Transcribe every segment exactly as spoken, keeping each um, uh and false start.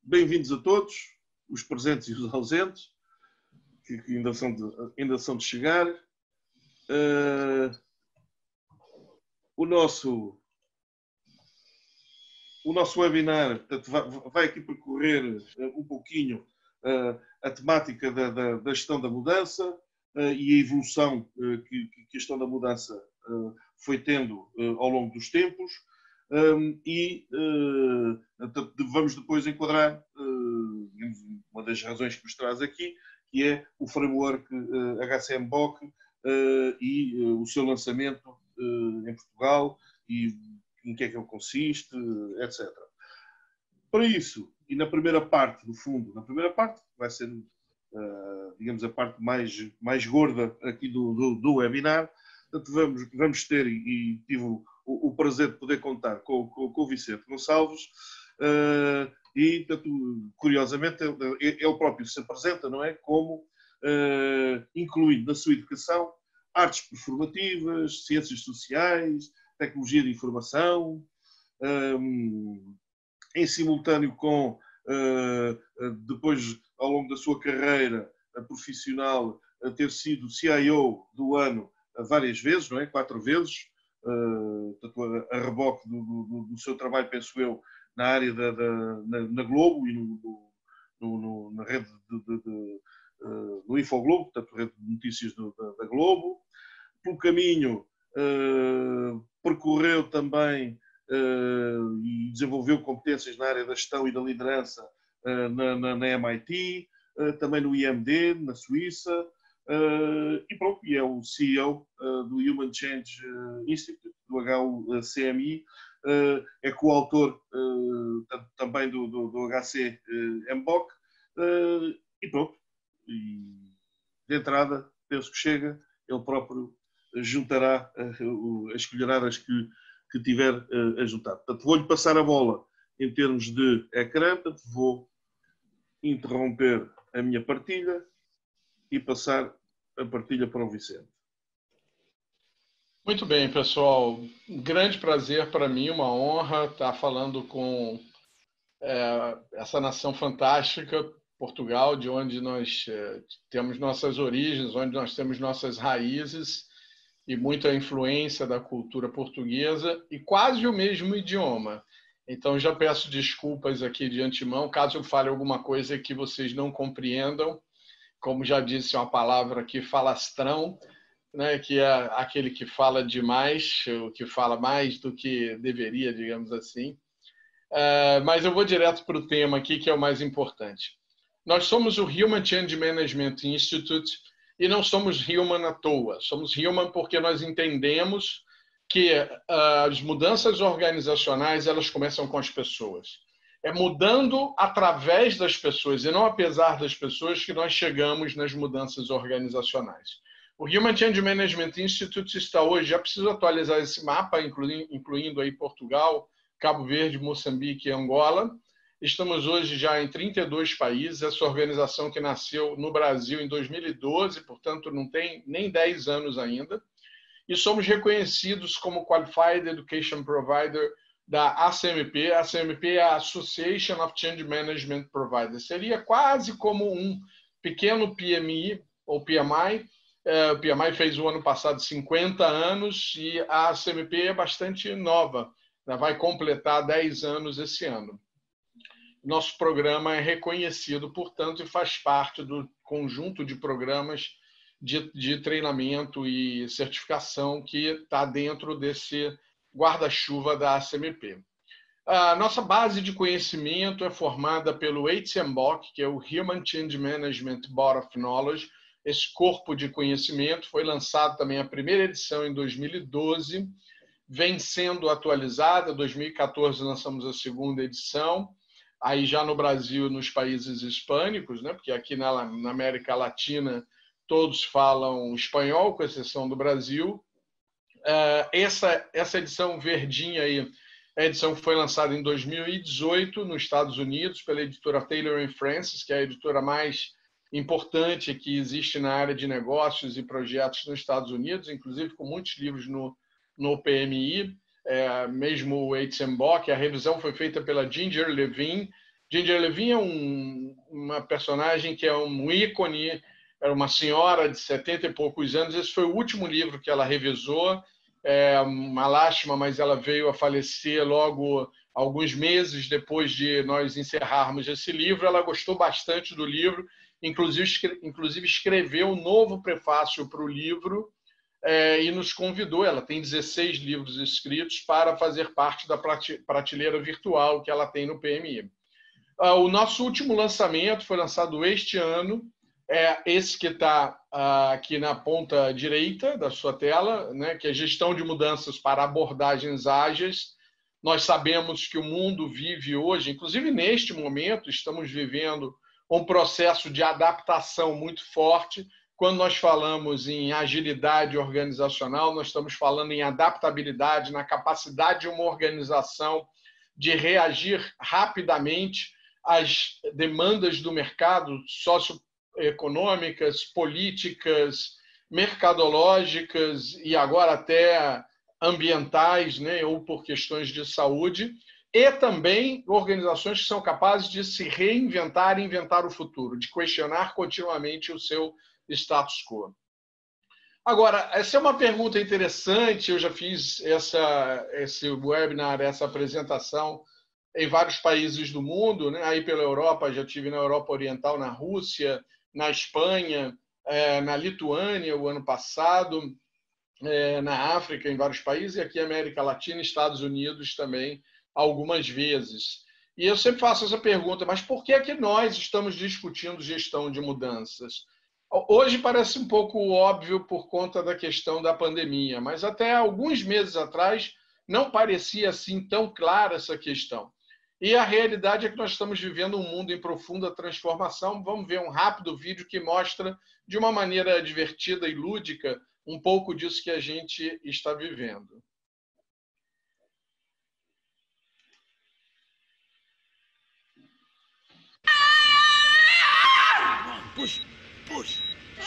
bem-vindos a todos, os presentes e os ausentes, que ainda são de, ainda são de chegar. Uh, o, nosso, o nosso webinar portanto, vai, vai aqui percorrer uh, um pouquinho uh, a temática da, da, da gestão da mudança uh, e a evolução uh, que, que a gestão da mudança uh, foi tendo uh, ao longo dos tempos. Um, e uh, vamos depois enquadrar uh, uma das razões que nos traz aqui, que é o framework uh, H C M B O C uh, e uh, o seu lançamento uh, em Portugal e em que é que ele consiste, etcétera. Para isso, e na primeira parte, no fundo, na primeira parte, vai ser, uh, digamos, a parte mais, mais gorda aqui do, do, do webinar, portanto, vamos, vamos ter, e, e tive o, o prazer de poder contar com, com, com o Vicente Gonçalves, uh, e, portanto, curiosamente, ele, ele próprio se apresenta, não é? Como uh, incluindo na sua educação artes performativas, ciências sociais, tecnologia de informação, um, em simultâneo com, uh, depois, ao longo da sua carreira profissional, a ter sido C I O do ano várias vezes, não é? Quatro vezes, uh, a reboque do, do, do seu trabalho, penso eu, na área da, da na, na Globo e no, no, no, na rede de, de, de, uh, do Infoglobo, portanto, rede de notícias do, da, da Globo. Pelo caminho, uh, percorreu também uh, e desenvolveu competências na área da gestão e da liderança uh, na, na, na M I T, uh, também no I M D, na Suíça. Uh, e pronto, e é o C E O uh, do Human Change uh, Institute, do H U C M I, uh, é coautor uh, também do, do, do H C M B O C, uh, e pronto, e de entrada, penso que chega, ele próprio juntará, uh, as colheradas que, que tiver uh, a juntar. Portanto, vou-lhe passar a bola em termos de ecrã, portanto, vou interromper a minha partilha e passar a partilha para o Vicente. Muito bem, pessoal. Um grande prazer para mim, uma honra estar falando com é, essa nação fantástica, Portugal, de onde nós é, temos nossas origens, onde nós temos nossas raízes e muita influência da cultura portuguesa e quase o mesmo idioma. Então, já peço desculpas aqui de antemão, caso eu fale alguma coisa que vocês não compreendam. Como já disse uma palavra aqui, falastrão, né, que é aquele que fala demais, o que fala mais do que deveria, digamos assim. Uh, mas eu vou direto para o tema aqui, que é o mais importante. Nós somos o Human Change Management Institute e não somos human à toa. Somos human porque nós entendemos que uh, as mudanças organizacionais elas começam com as pessoas. É mudando através das pessoas e não apesar das pessoas que nós chegamos nas mudanças organizacionais. O Human Change Management Institute está hoje, já preciso atualizar esse mapa, incluindo, incluindo aí Portugal, Cabo Verde, Moçambique e Angola. Estamos hoje já em trinta e dois países, essa organização que nasceu no Brasil em dois mil e doze, portanto não tem nem dez anos ainda. E somos reconhecidos como Qualified Education Provider da A C M P. A C M P é a Association of Change Management Providers. Seria quase como um pequeno P M I ou P M I. O P M I fez o ano passado cinquenta anos e a A C M P é bastante nova. Vai completar dez anos esse ano. Nosso programa é reconhecido, portanto, e faz parte do conjunto de programas de, de treinamento e certificação que está dentro desse guarda-chuva da A C M P. A nossa base de conhecimento é formada pelo H C M B O C, que é o Human Change Management Body of Knowledge. Esse corpo de conhecimento foi lançado também a primeira edição em dois mil e doze, vem sendo atualizada. Em dois mil e quatorze lançamos a segunda edição, aí já no Brasil, nos países hispânicos, né? Porque aqui na, na América Latina todos falam espanhol, com exceção do Brasil. Uh, essa, essa edição verdinha aí, a edição foi lançada em dois mil e dezoito nos Estados Unidos pela editora Taylor and Francis, que é a editora mais importante que existe na área de negócios e projetos nos Estados Unidos, inclusive com muitos livros no, no P M I, é, mesmo o H C M B O C. A revisão foi feita pela Ginger Levin, Ginger Levin é um, uma personagem que é um ícone, era uma senhora de setenta e poucos anos. Esse foi o último livro que ela revisou. É uma lástima, mas ela veio a falecer logo alguns meses depois de nós encerrarmos esse livro. Ela gostou bastante do livro, inclusive, inclusive escreveu um novo prefácio para o livro é, e nos convidou. Ela tem dezesseis livros escritos para fazer parte da prateleira virtual que ela tem no P M I. O nosso último lançamento foi lançado este ano, é esse que está aqui na ponta direita da sua tela, né, que é Gestão de Mudanças para Abordagens Ágeis. Nós sabemos que o mundo vive hoje, inclusive neste momento, estamos vivendo um processo de adaptação muito forte. Quando nós falamos em agilidade organizacional, nós estamos falando em adaptabilidade, na capacidade de uma organização de reagir rapidamente às demandas do mercado socioeconômicas, políticas, mercadológicas e agora até ambientais, né, ou por questões de saúde, e também organizações que são capazes de se reinventar e inventar o futuro, de questionar continuamente o seu status quo. Agora, essa é uma pergunta interessante, eu já fiz essa, esse webinar, essa apresentação em vários países do mundo, né? Aí pela Europa, já tive na Europa Oriental, na Rússia, na Espanha, na Lituânia o ano passado, na África, em vários países, e aqui na América Latina e Estados Unidos também, algumas vezes. E eu sempre faço essa pergunta, mas por que é que nós estamos discutindo gestão de mudanças? Hoje parece um pouco óbvio por conta da questão da pandemia, mas até alguns meses atrás não parecia assim tão clara essa questão. E a realidade é que nós estamos vivendo um mundo em profunda transformação. Vamos ver um rápido vídeo que mostra, de uma maneira divertida e lúdica, um pouco disso que a gente está vivendo. Push, push.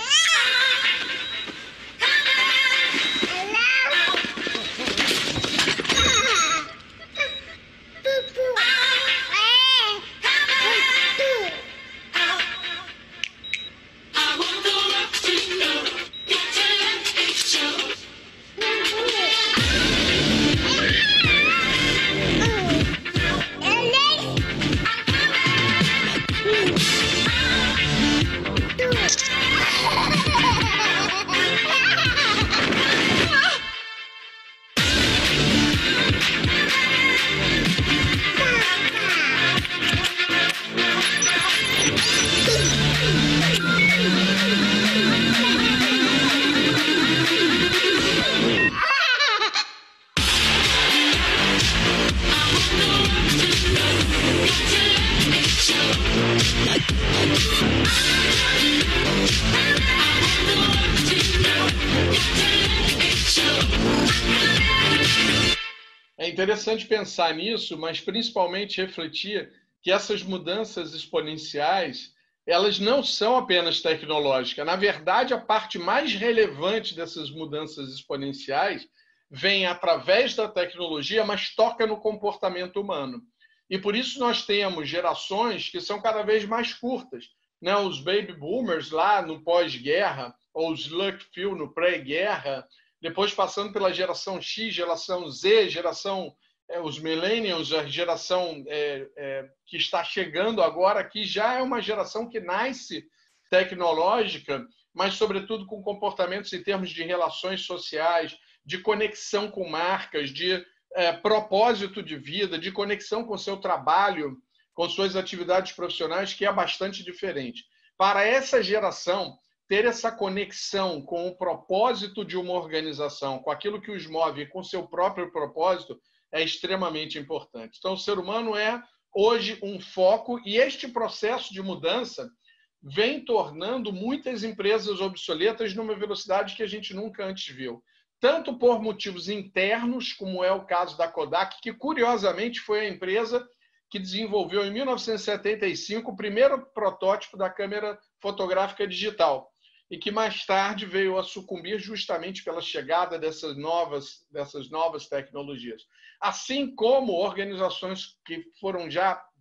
É interessante pensar nisso, mas principalmente refletir que essas mudanças exponenciais, elas não são apenas tecnológicas. Na verdade, a parte mais relevante dessas mudanças exponenciais vem através da tecnologia, mas toca no comportamento humano. E por isso nós temos gerações que são cada vez mais curtas, né? Os baby boomers lá no pós-guerra, ou os Luck Phil no pré-guerra, depois passando pela geração X, geração Z, geração, é, os millennials, a geração é, é, que está chegando agora, que já é uma geração que nasce tecnológica, mas sobretudo com comportamentos em termos de relações sociais, de conexão com marcas, de é, propósito de vida, de conexão com seu trabalho, com suas atividades profissionais, que é bastante diferente. Para essa geração, ter essa conexão com o propósito de uma organização, com aquilo que os move, com seu próprio propósito, é extremamente importante. Então, o ser humano é, hoje, um foco, e este processo de mudança vem tornando muitas empresas obsoletas numa velocidade que a gente nunca antes viu. Tanto por motivos internos, como é o caso da Kodak, que, curiosamente, foi a empresa que desenvolveu, em mil novecentos e setenta e cinco, o primeiro protótipo da câmera fotográfica digital, e que mais tarde veio a sucumbir justamente pela chegada dessas novas, dessas novas tecnologias. Assim como organizações que foram já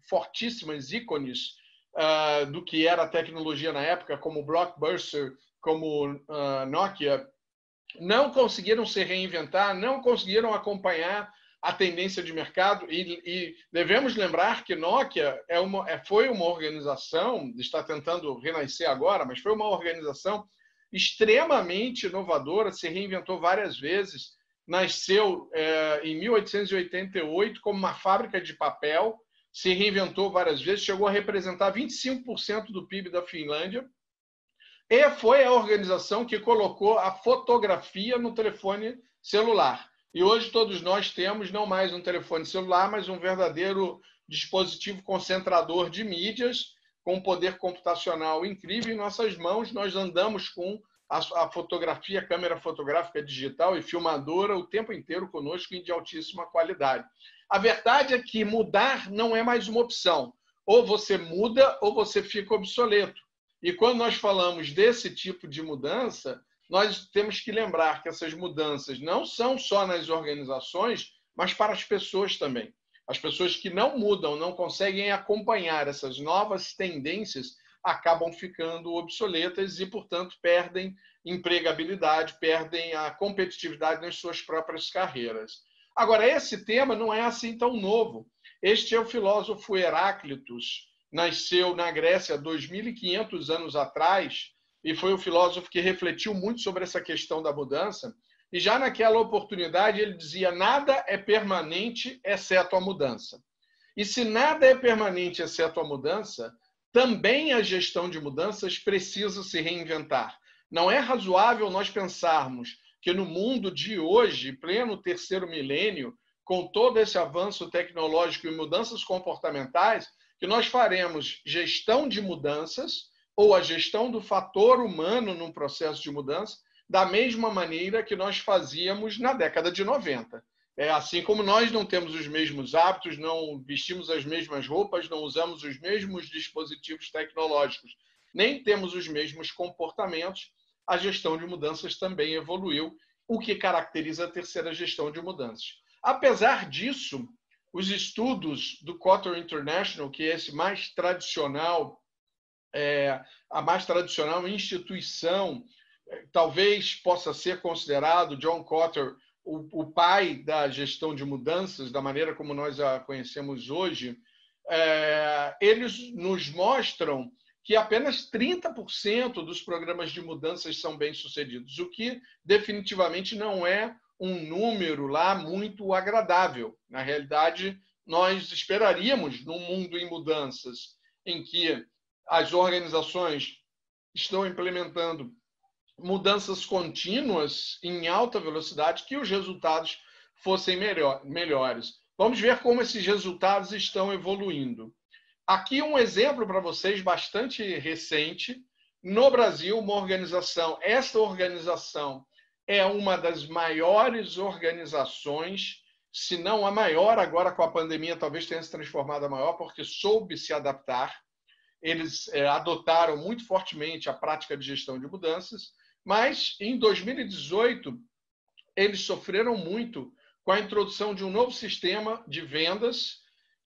fortíssimas ícones uh, do que era a tecnologia na época, como Blockbuster, como uh, Nokia, não conseguiram se reinventar, não conseguiram acompanhar a tendência de mercado. E, e devemos lembrar que Nokia é uma, é, foi uma organização, está tentando renascer agora, mas foi uma organização extremamente inovadora, se reinventou várias vezes, nasceu é, em mil oitocentos e oitenta e oito como uma fábrica de papel, se reinventou várias vezes, chegou a representar vinte e cinco por cento do P I B da Finlândia, e foi a organização que colocou a fotografia no telefone celular. E hoje todos nós temos não mais um telefone celular, mas um verdadeiro dispositivo concentrador de mídias, com um poder computacional incrível em nossas mãos. Nós andamos com a fotografia, a câmera fotográfica digital e filmadora o tempo inteiro conosco e de altíssima qualidade. A verdade é que mudar não é mais uma opção. Ou você muda ou você fica obsoleto. E quando nós falamos desse tipo de mudança, nós temos que lembrar que essas mudanças não são só nas organizações, mas para as pessoas também. As pessoas que não mudam, não conseguem acompanhar essas novas tendências, acabam ficando obsoletas e, portanto, perdem empregabilidade, perdem a competitividade nas suas próprias carreiras. Agora, esse tema não é assim tão novo. Este é o filósofo Heráclitos, nasceu na Grécia dois mil e quinhentos anos atrás, e foi o filósofo que refletiu muito sobre essa questão da mudança. E já naquela oportunidade ele dizia: nada é permanente exceto a mudança. E se nada é permanente exceto a mudança, também a gestão de mudanças precisa se reinventar. Não é razoável nós pensarmos que no mundo de hoje, pleno terceiro milênio, com todo esse avanço tecnológico e mudanças comportamentais, que nós faremos gestão de mudanças ou a gestão do fator humano num processo de mudança da mesma maneira que nós fazíamos na década de noventa. É, assim como nós não temos os mesmos hábitos, não vestimos as mesmas roupas, não usamos os mesmos dispositivos tecnológicos, nem temos os mesmos comportamentos, a gestão de mudanças também evoluiu, o que caracteriza a terceira gestão de mudanças. Apesar disso, os estudos do Kotter International, que é esse mais tradicional, é, a mais tradicional instituição, talvez possa ser considerado John Kotter o, o pai da gestão de mudanças, da maneira como nós a conhecemos hoje, é, eles nos mostram que apenas trinta por cento dos programas de mudanças são bem-sucedidos, o que definitivamente não é um número lá muito agradável. Na realidade, nós esperaríamos, num mundo em mudanças, em que as organizações estão implementando mudanças contínuas em alta velocidade, que os resultados fossem melhor, melhores. Vamos ver como esses resultados estão evoluindo. Aqui um exemplo para vocês bastante recente. No Brasil, uma organização, essa organização é uma das maiores organizações, se não a maior, agora com a pandemia talvez tenha se transformado a maior, porque soube se adaptar. Eles é, adotaram muito fortemente a prática de gestão de mudanças, mas em dois mil e dezoito eles sofreram muito com a introdução de um novo sistema de vendas.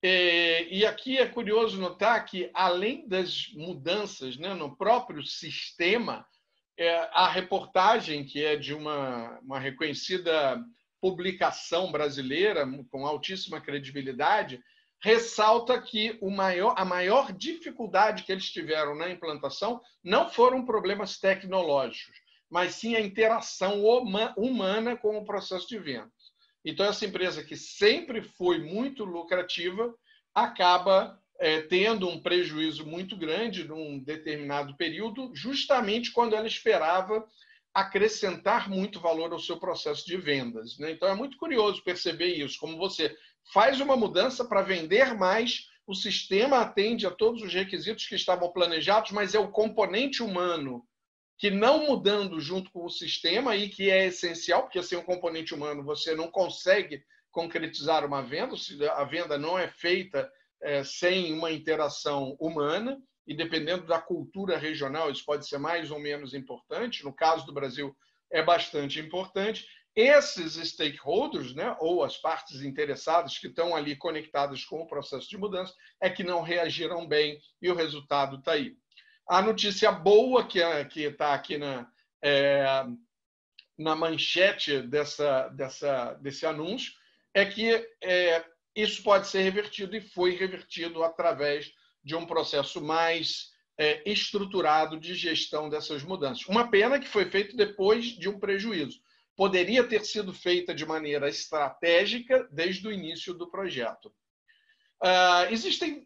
E aqui é curioso notar que, além das mudanças, né, no próprio sistema, a reportagem, que é de uma, uma reconhecida publicação brasileira, com altíssima credibilidade, ressalta que o maior, a maior dificuldade que eles tiveram na implantação não foram problemas tecnológicos, mas sim a interação humana com o processo de vendas. Então, essa empresa, que sempre foi muito lucrativa, acaba é, tendo um prejuízo muito grande num determinado período, justamente quando ela esperava acrescentar muito valor ao seu processo de vendas, né? Então, é muito curioso perceber isso, como você faz uma mudança para vender mais, o sistema atende a todos os requisitos que estavam planejados, mas é o componente humano que, não mudando junto com o sistema, e que é essencial, porque sem o componente humano você não consegue concretizar uma venda, a venda não é feita é, sem uma interação humana, e dependendo da cultura regional, isso pode ser mais ou menos importante. No caso do Brasil, é bastante importante. Esses stakeholders, né, ou as partes interessadas que estão ali conectadas com o processo de mudança, é que não reagiram bem e o resultado está aí. A notícia boa que está aqui na, é, na manchete dessa, dessa, desse anúncio é que é, isso pode ser revertido e foi revertido através de um processo mais é, estruturado de gestão dessas mudanças. Uma pena que foi feito depois de um prejuízo. Poderia ter sido feita de maneira estratégica desde o início do projeto. Uh, existem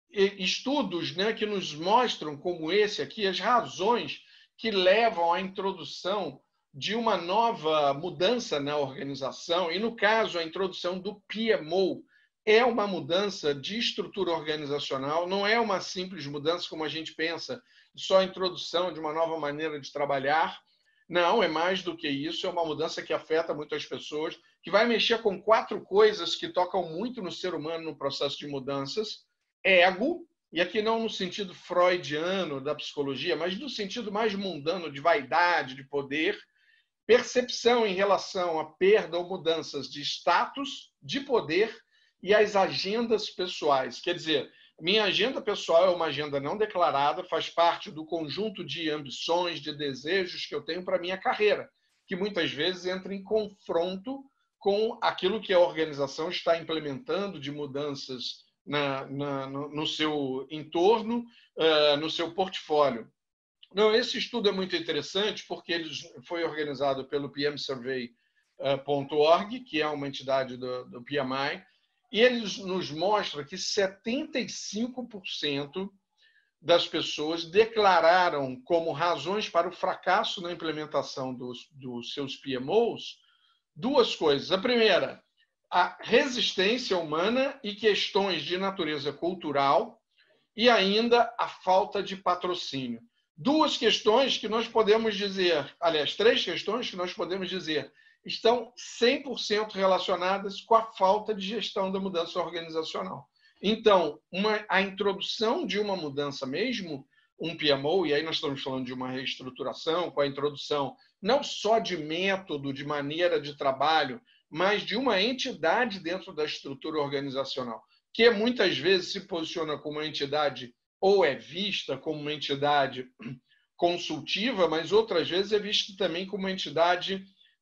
estudos, né, que nos mostram, como esse aqui, as razões que levam à introdução de uma nova mudança na organização, e, no caso, a introdução do P M O. É uma mudança de estrutura organizacional, não é uma simples mudança, como a gente pensa, só a introdução de uma nova maneira de trabalhar. Não, é mais do que isso, é uma mudança que afeta muitas pessoas, que vai mexer com quatro coisas que tocam muito no ser humano no processo de mudanças. Ego, e aqui não no sentido freudiano da psicologia, mas no sentido mais mundano de vaidade, de poder. Percepção em relação à perda ou mudanças de status, de poder e as agendas pessoais. Quer dizer, minha agenda pessoal é uma agenda não declarada, faz parte do conjunto de ambições, de desejos que eu tenho para a minha carreira, que muitas vezes entra em confronto com aquilo que a organização está implementando de mudanças na, na, no, no seu entorno, uh, no seu portfólio. Não, esse estudo é muito interessante porque ele foi organizado pelo P M survey ponto org, que é uma entidade do, do P M I, e ele nos mostra que setenta e cinco por cento das pessoas declararam como razões para o fracasso na implementação dos, dos seus P M Os duas coisas. A primeira, a resistência humana e questões de natureza cultural, e ainda a falta de patrocínio. Duas questões que nós podemos dizer, aliás, três questões que nós podemos dizer, estão cem por cento relacionadas com a falta de gestão da mudança organizacional. Então, uma, a introdução de uma mudança mesmo, um P M O, e aí nós estamos falando de uma reestruturação, com a introdução não só de método, de maneira de trabalho, mas de uma entidade dentro da estrutura organizacional, que muitas vezes se posiciona como uma entidade ou é vista como uma entidade consultiva, mas outras vezes é vista também como uma entidade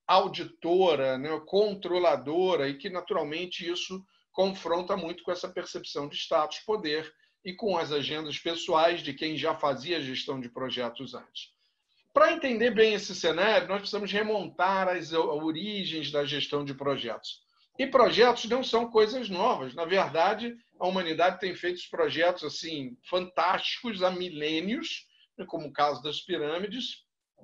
auditora, né, controladora, e que, naturalmente, isso confronta muito com essa percepção de status, poder e com as agendas pessoais de quem já fazia gestão de projetos antes. Para entender bem esse cenário, nós precisamos remontar as origens da gestão de projetos. E projetos não são coisas novas. Na verdade, a humanidade tem feito projetos assim fantásticos há milênios, como o caso das pirâmides.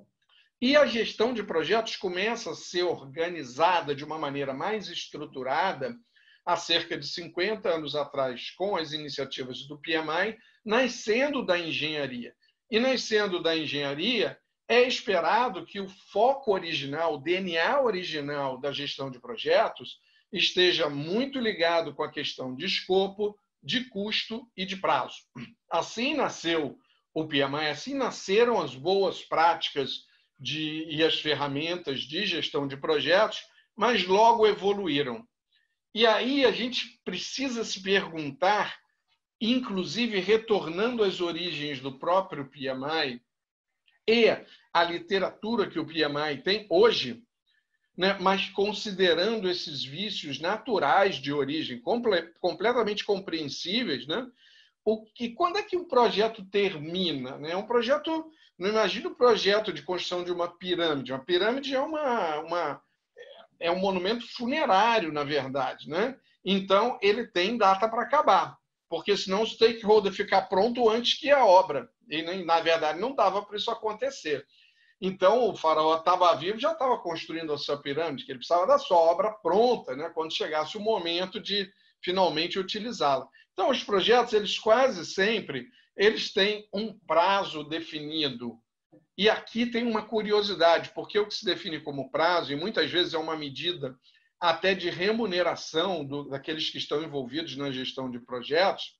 E a gestão de projetos começa a ser organizada de uma maneira mais estruturada há cerca de cinquenta anos atrás, com as iniciativas do P M I, nascendo da engenharia. E nascendo da engenharia, é esperado que o foco original, o D N A original da gestão de projetos, esteja muito ligado com a questão de escopo, de custo e de prazo. Assim nasceu o P M I, assim nasceram as boas práticas de, e as ferramentas de gestão de projetos, mas logo evoluíram. E aí a gente precisa se perguntar, inclusive retornando às origens do próprio P M I e a literatura que o P M I tem hoje, né, mas considerando esses vícios naturais de origem comple completamente compreensíveis, né, o que, quando é que um projeto termina? Né? Um projeto, não imagina o projeto de construção de uma pirâmide. Uma pirâmide é, uma, uma, é um monumento funerário, na verdade. Né? Então, ele tem data para acabar, porque senão o stakeholder fica pronto antes que a obra. E, na verdade, não dava para isso acontecer. Então, o faraó estava vivo, já estava construindo a sua pirâmide, que ele precisava da sua obra pronta, né, quando chegasse o momento de finalmente utilizá-la. Então, os projetos, eles quase sempre, eles têm um prazo definido. E aqui tem uma curiosidade, porque o que se define como prazo, e muitas vezes é uma medida até de remuneração do, daqueles que estão envolvidos na gestão de projetos,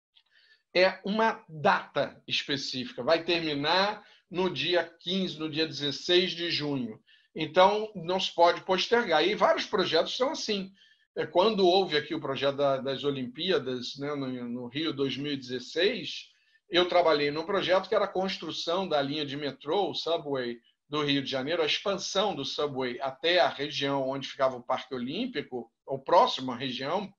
é uma data específica. Vai terminar no dia quinze, no dia dezesseis de junho. Então, não se pode postergar. E vários projetos são assim. Quando houve aqui o projeto das Olimpíadas, né, no Rio dois mil e dezesseis, eu trabalhei num projeto que era a construção da linha de metrô, o Subway, do Rio de Janeiro, a expansão do Subway até a região onde ficava o Parque Olímpico, ou próxima região,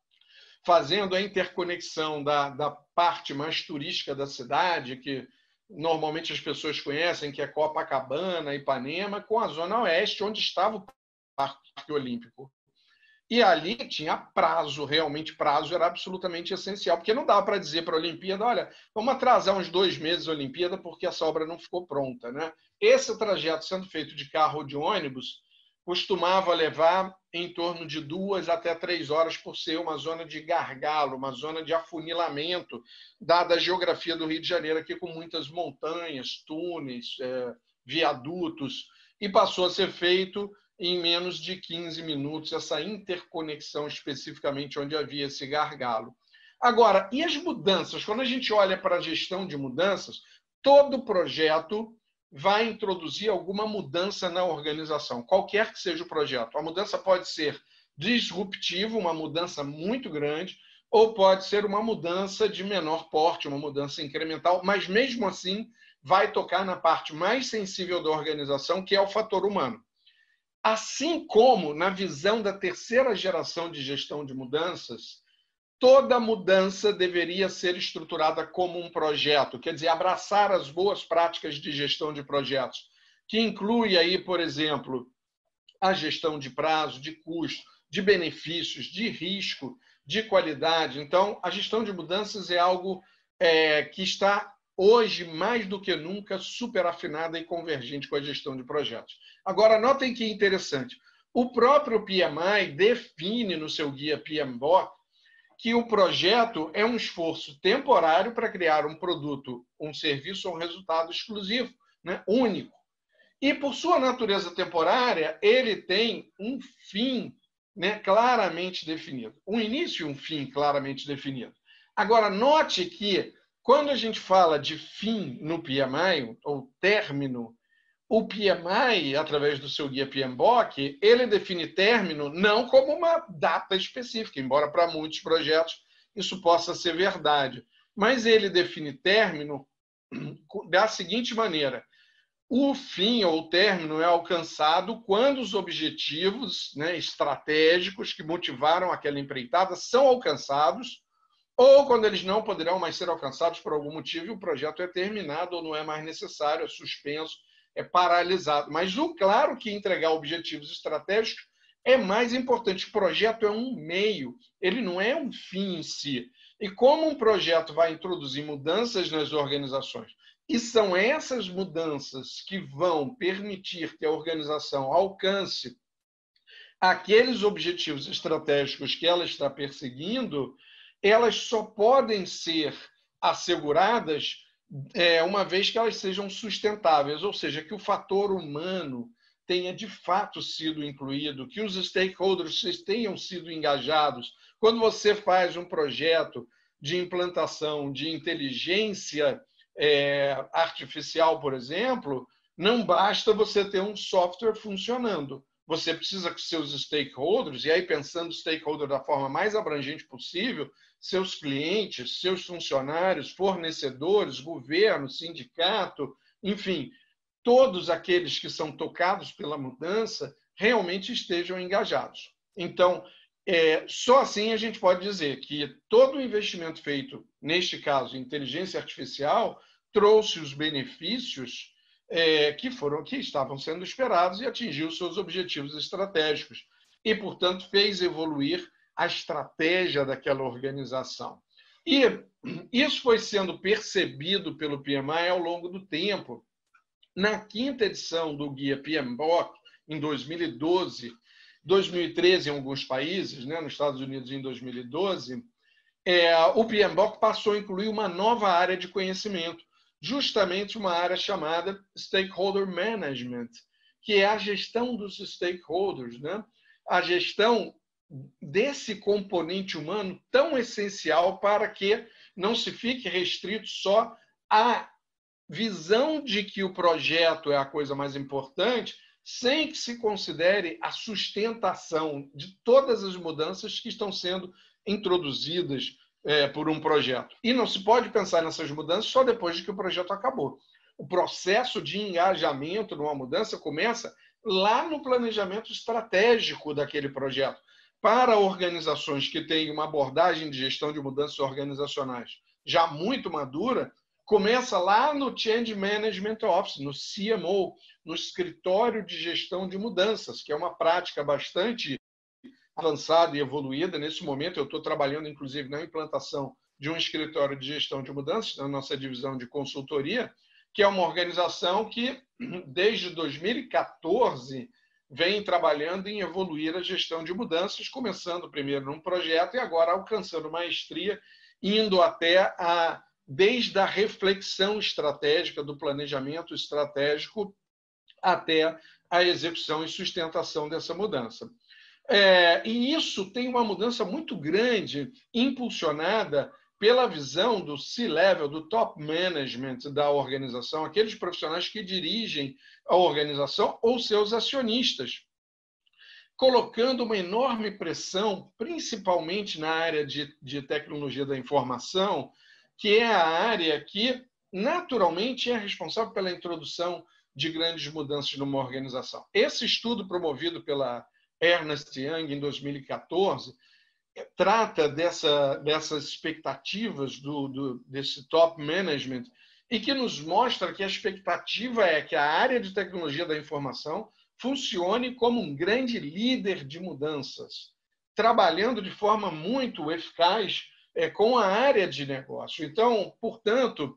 fazendo a interconexão da, da parte mais turística da cidade, que normalmente as pessoas conhecem, que é Copacabana, Ipanema, com a zona oeste, onde estava o Parque Olímpico. E ali tinha prazo, realmente prazo era absolutamente essencial, porque não dava para dizer para a Olimpíada, olha, vamos atrasar uns dois meses a Olimpíada porque essa obra não ficou pronta, né? Esse trajeto sendo feito de carro ou de ônibus costumava levar em torno de duas até três horas por ser uma zona de gargalo, uma zona de afunilamento, dada a geografia do Rio de Janeiro, aqui com muitas montanhas, túneis, é, viadutos, e passou a ser feito em menos de quinze minutos, essa interconexão especificamente onde havia esse gargalo. Agora, e as mudanças? Quando a gente olha para a gestão de mudanças, todo projeto vai introduzir alguma mudança na organização, qualquer que seja o projeto. A mudança pode ser disruptiva, uma mudança muito grande, ou pode ser uma mudança de menor porte, uma mudança incremental, mas mesmo assim vai tocar na parte mais sensível da organização, que é o fator humano. Assim como, na visão da terceira geração de gestão de mudanças, toda mudança deveria ser estruturada como um projeto, quer dizer, abraçar as boas práticas de gestão de projetos, que inclui aí, por exemplo, a gestão de prazo, de custo, de benefícios, de risco, de qualidade. Então, a gestão de mudanças é algo é, que está hoje, mais do que nunca, super afinada e convergente com a gestão de projetos. Agora, notem que interessante. O próprio P M I define no seu guia P M B O K que o projeto é um esforço temporário para criar um produto, um serviço ou um resultado exclusivo, né? Único. E, por sua natureza temporária, ele tem um fim, né, claramente definido. Um início e um fim claramente definido. Agora, note que, quando a gente fala de fim no P M I, ou término, o P M I, através do seu guia P M B O K, ele define término não como uma data específica, embora para muitos projetos isso possa ser verdade, mas ele define término da seguinte maneira: o fim ou o término é alcançado quando os objetivos, né, estratégicos que motivaram aquela empreitada são alcançados, ou quando eles não poderão mais ser alcançados por algum motivo e o projeto é terminado ou não é mais necessário, é suspenso, é paralisado. Mas o claro que entregar objetivos estratégicos é mais importante. O projeto é um meio, ele não é um fim em si. E como um projeto vai introduzir mudanças nas organizações, e são essas mudanças que vão permitir que a organização alcance aqueles objetivos estratégicos que ela está perseguindo, elas só podem ser asseguradas é, uma vez que elas sejam sustentáveis, ou seja, que o fator humano tenha de fato sido incluído, que os stakeholders tenham sido engajados. Quando você faz um projeto de implantação de inteligência é, artificial, por exemplo, não basta você ter um software funcionando. Você precisa que seus stakeholders, e aí pensando stakeholder da forma mais abrangente possível, seus clientes, seus funcionários, fornecedores, governo, sindicato, enfim, todos aqueles que são tocados pela mudança realmente estejam engajados. Então, é, só assim a gente pode dizer que todo o investimento feito, neste caso, em inteligência artificial, trouxe os benefícios é, que, foram, que estavam sendo esperados e atingiu seus objetivos estratégicos. E, portanto, fez evoluir a estratégia daquela organização. E isso foi sendo percebido pelo P M I ao longo do tempo. Na quinta edição do Guia P M B O K, em dois mil e doze, dois mil e treze em alguns países, né, nos Estados Unidos em dois mil e doze, é, o P M B O K passou a incluir uma nova área de conhecimento, justamente uma área chamada Stakeholder Management, que é a gestão dos stakeholders, né? A gestão desse componente humano tão essencial para que não se fique restrito só à visão de que o projeto é a coisa mais importante, sem que se considere a sustentação de todas as mudanças que estão sendo introduzidas é, por um projeto. E não se pode pensar nessas mudanças só depois de que o projeto acabou. O processo de engajamento numa mudança começa lá no planejamento estratégico daquele projeto. Para organizações que têm uma abordagem de gestão de mudanças organizacionais já muito madura, começa lá no Change Management Office, no C M O, no Escritório de Gestão de Mudanças, que é uma prática bastante avançada e evoluída. Nesse momento, eu estou trabalhando, inclusive, na implantação de um escritório de gestão de mudanças, na nossa divisão de consultoria, que é uma organização que, desde dois mil e quatorze, vem trabalhando em evoluir a gestão de mudanças, começando primeiro num projeto e agora alcançando maestria, indo até a, desde a reflexão estratégica, do planejamento estratégico, até a execução e sustentação dessa mudança. É, e isso tem uma mudança muito grande, impulsionada pela visão do C-level, do top management da organização, aqueles profissionais que dirigem a organização ou seus acionistas, colocando uma enorme pressão, principalmente na área de, de tecnologia da informação, que é a área que, naturalmente, é responsável pela introdução de grandes mudanças numa organização. Esse estudo promovido pela Ernst Young em dois mil e quatorze trata dessa, dessas expectativas do, do, desse top management e que nos mostra que a expectativa é que a área de tecnologia da informação funcione como um grande líder de mudanças, trabalhando de forma muito eficaz é, com a área de negócio. Então, portanto,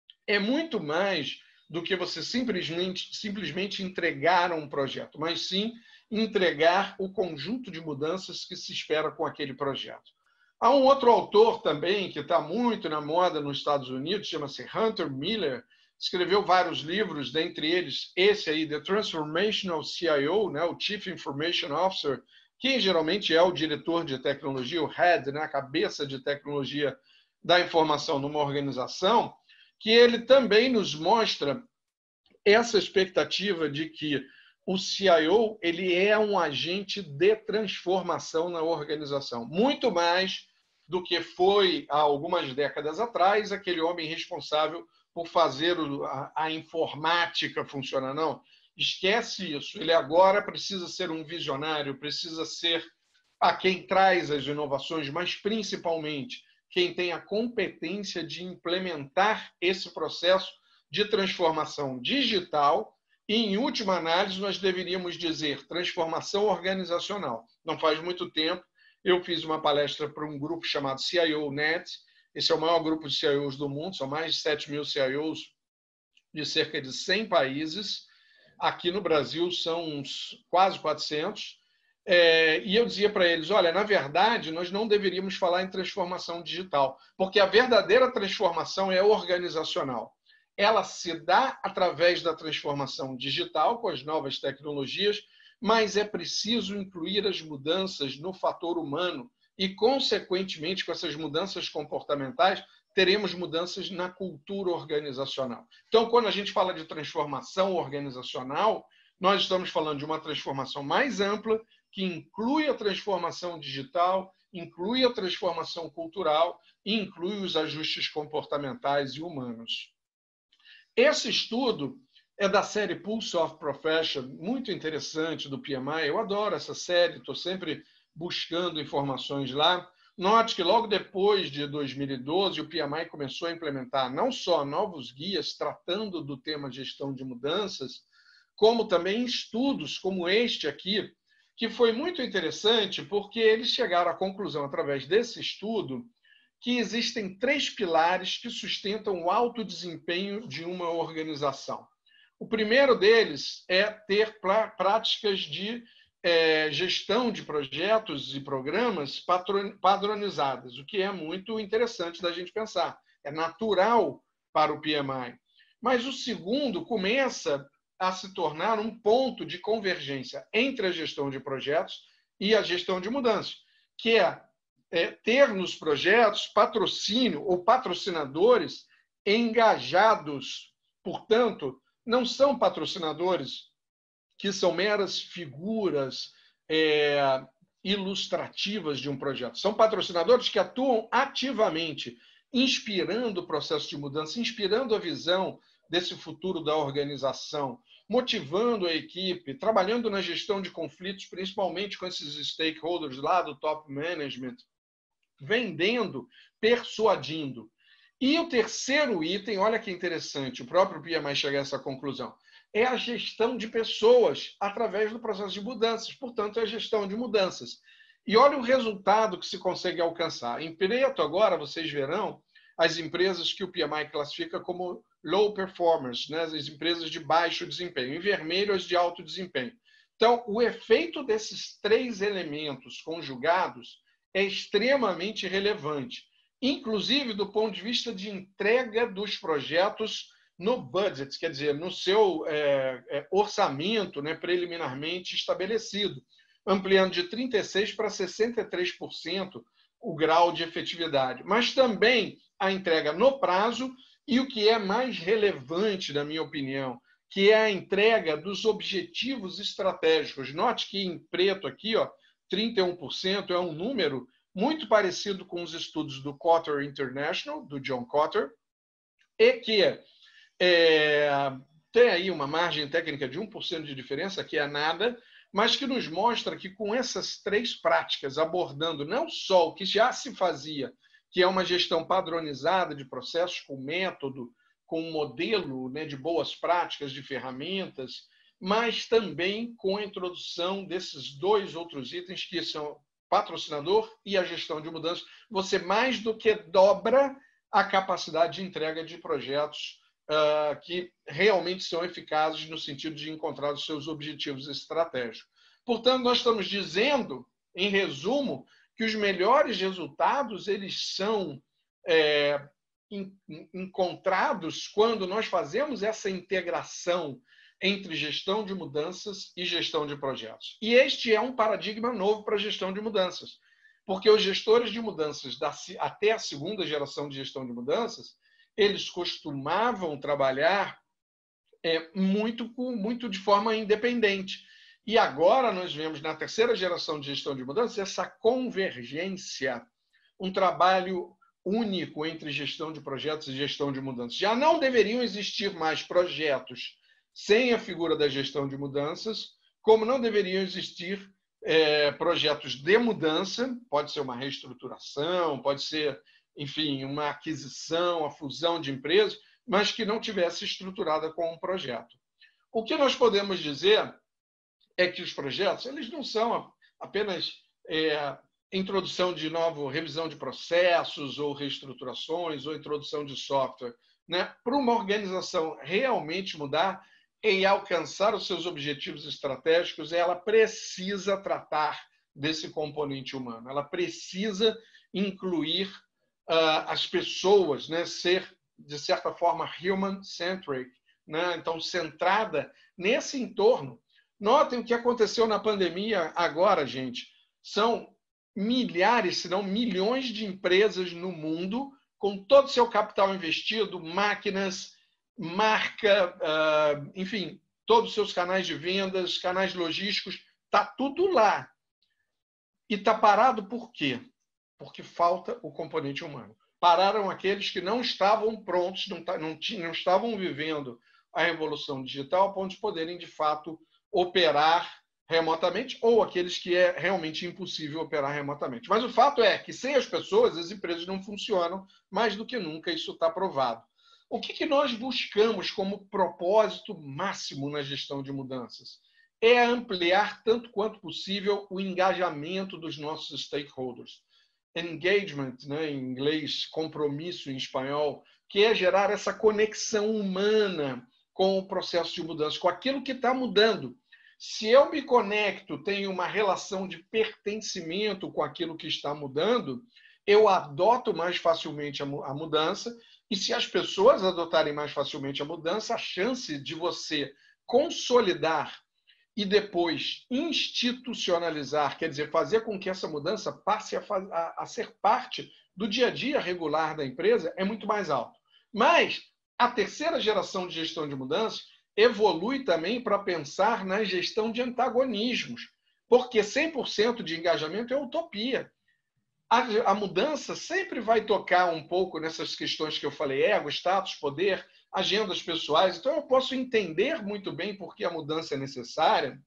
é muito mais do que você simplesmente, simplesmente entregar um projeto, mas sim entregar o conjunto de mudanças que se espera com aquele projeto. Há um outro autor também que está muito na moda nos Estados Unidos, chama-se Hunter Miller, escreveu vários livros, dentre eles esse aí, The Transformational C I O, né, o Chief Information Officer, que geralmente é o diretor de tecnologia, o head, né, a cabeça de tecnologia da informação numa organização, que ele também nos mostra essa expectativa de que o C I O ele é um agente de transformação na organização, muito mais do que foi há algumas décadas atrás aquele homem responsável por fazer a, a informática funcionar. Não, esquece isso. Ele agora precisa ser um visionário, precisa ser a quem traz as inovações, mas principalmente quem tem a competência de implementar esse processo de transformação digital. E, em última análise, nós deveríamos dizer transformação organizacional. Não faz muito tempo, eu fiz uma palestra para um grupo chamado C I O Net. Esse é o maior grupo de C I Os do mundo, são mais de sete mil C I Os de cerca de cem países. Aqui no Brasil são uns quase quatrocentos. É, e eu dizia para eles, olha, na verdade, nós não deveríamos falar em transformação digital, porque a verdadeira transformação é organizacional. Ela se dá através da transformação digital, com as novas tecnologias, mas é preciso incluir as mudanças no fator humano e, consequentemente, com essas mudanças comportamentais, teremos mudanças na cultura organizacional. Então, quando a gente fala de transformação organizacional, nós estamos falando de uma transformação mais ampla, que inclui a transformação digital, inclui a transformação cultural e inclui os ajustes comportamentais e humanos. Esse estudo é da série Pulse of Profession, muito interessante, do P M I. Eu adoro essa série, estou sempre buscando informações lá. Note que logo depois de dois mil e doze, o P M I começou a implementar não só novos guias tratando do tema gestão de mudanças, como também estudos como este aqui, que foi muito interessante porque eles chegaram à conclusão, através desse estudo, que existem três pilares que sustentam o alto desempenho de uma organização. O primeiro deles é ter práticas de é, gestão de projetos e programas padronizadas, o que é muito interessante da gente pensar. É natural para o P M I. Mas o segundo começa a se tornar um ponto de convergência entre a gestão de projetos e a gestão de mudanças, que é É, ter nos projetos patrocínio ou patrocinadores engajados. Portanto, não são patrocinadores que são meras figuras é, ilustrativas de um projeto. São patrocinadores que atuam ativamente, inspirando o processo de mudança, inspirando a visão desse futuro da organização, motivando a equipe, trabalhando na gestão de conflitos, principalmente com esses stakeholders lá do top management, vendendo, persuadindo. E o terceiro item, olha que interessante, o próprio P M I chega a essa conclusão, é a gestão de pessoas através do processo de mudanças, portanto, é a gestão de mudanças. E olha o resultado que se consegue alcançar. Em preto, agora, vocês verão as empresas que o P M I classifica como low performers, né? As empresas de baixo desempenho. Em vermelho, as de alto desempenho. Então, o efeito desses três elementos conjugados é extremamente relevante, inclusive do ponto de vista de entrega dos projetos no budget, quer dizer, no seu é, é, orçamento, né, preliminarmente estabelecido, ampliando de trinta e seis por cento para sessenta e três por cento o grau de efetividade, mas também a entrega no prazo e o que é mais relevante, na minha opinião, que é a entrega dos objetivos estratégicos. Note que em preto aqui, ó, trinta e um por cento é um número muito parecido com os estudos do Kotter International, do John Kotter, e que é, tem aí uma margem técnica de um por cento de diferença, que é nada, mas que nos mostra que com essas três práticas, abordando não só o que já se fazia, que é uma gestão padronizada de processos, com método, com um modelo, né, de boas práticas, de ferramentas, mas também com a introdução desses dois outros itens, que são patrocinador e a gestão de mudanças, você mais do que dobra a capacidade de entrega de projetos uh, que realmente são eficazes no sentido de encontrar os seus objetivos estratégicos. Portanto, nós estamos dizendo, em resumo, que os melhores resultados eles são é, encontrados quando nós fazemos essa integração entre gestão de mudanças e gestão de projetos. E este é um paradigma novo para a gestão de mudanças, porque os gestores de mudanças da, até a segunda geração de gestão de mudanças, eles costumavam trabalhar é, muito, muito de forma independente. E agora nós vemos na terceira geração de gestão de mudanças essa convergência, um trabalho único entre gestão de projetos e gestão de mudanças. Já não deveriam existir mais projetos sem a figura da gestão de mudanças, como não deveriam existir é, projetos de mudança, pode ser uma reestruturação, pode ser, enfim, uma aquisição, a fusão de empresas, mas que não tivesse estruturada como um projeto. O que nós podemos dizer é que os projetos eles não são apenas é, introdução de novo, revisão de processos, ou reestruturações, ou introdução de software. Né? Para uma organização realmente mudar e alcançar os seus objetivos estratégicos, ela precisa tratar desse componente humano, ela precisa incluir uh, as pessoas, né? Ser, de certa forma, human-centric, né? Então, centrada nesse entorno. Notem o que aconteceu na pandemia agora, gente. São milhares, se não milhões de empresas no mundo com todo o seu capital investido, máquinas, marca, uh, enfim, todos os seus canais de vendas, canais logísticos, está tudo lá. E está parado por quê? Porque falta o componente humano. Pararam aqueles que não estavam prontos, não, não, não estavam vivendo a revolução digital a ponto de poderem, de fato, operar remotamente, ou aqueles que é realmente impossível operar remotamente. Mas o fato é que sem as pessoas, as empresas não funcionam, mais do que nunca isso está provado. O que, que nós buscamos como propósito máximo na gestão de mudanças? É ampliar tanto quanto possível o engajamento dos nossos stakeholders. Engagement, né, em inglês, compromisso em espanhol, que é gerar essa conexão humana com o processo de mudança, com aquilo que está mudando. Se eu me conecto, tenho uma relação de pertencimento com aquilo que está mudando, eu adoto mais facilmente a mudança. E se as pessoas adotarem mais facilmente a mudança, a chance de você consolidar e depois institucionalizar, quer dizer, fazer com que essa mudança passe a, a, a ser parte do dia a dia regular da empresa, é muito mais alta. Mas a terceira geração de gestão de mudança, evolui também para pensar na gestão de antagonismos, porque cem por cento de engajamento é utopia. A, a mudança sempre vai tocar um pouco nessas questões que eu falei, ego, status, poder, agendas pessoais. Então, eu posso entender muito bem por que a mudança é necessária,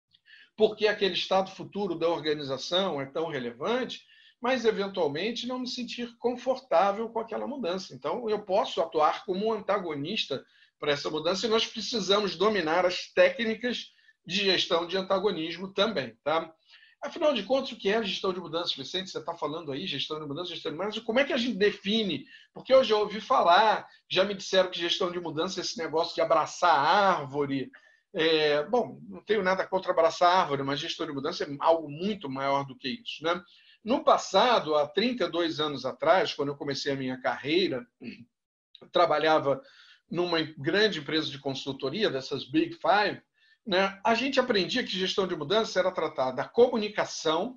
por que aquele estado futuro da organização é tão relevante, mas, eventualmente, não me sentir confortável com aquela mudança. Então, eu posso atuar como um antagonista para essa mudança e nós precisamos dominar as técnicas de gestão de antagonismo também. Tá? Afinal de contas, o que é gestão de mudança, Vicente? Você está falando aí, gestão de mudança, gestão de mudança. Como é que a gente define? Porque eu já ouvi falar, já me disseram que gestão de mudança é esse negócio de abraçar a árvore. É, bom, não tenho nada contra abraçar a árvore, mas gestão de mudança é algo muito maior do que isso. Né? No passado, há trinta e dois anos atrás, quando eu comecei a minha carreira, eu trabalhava numa grande empresa de consultoria, dessas Big Five, né? A gente aprendia que gestão de mudança era tratar da comunicação,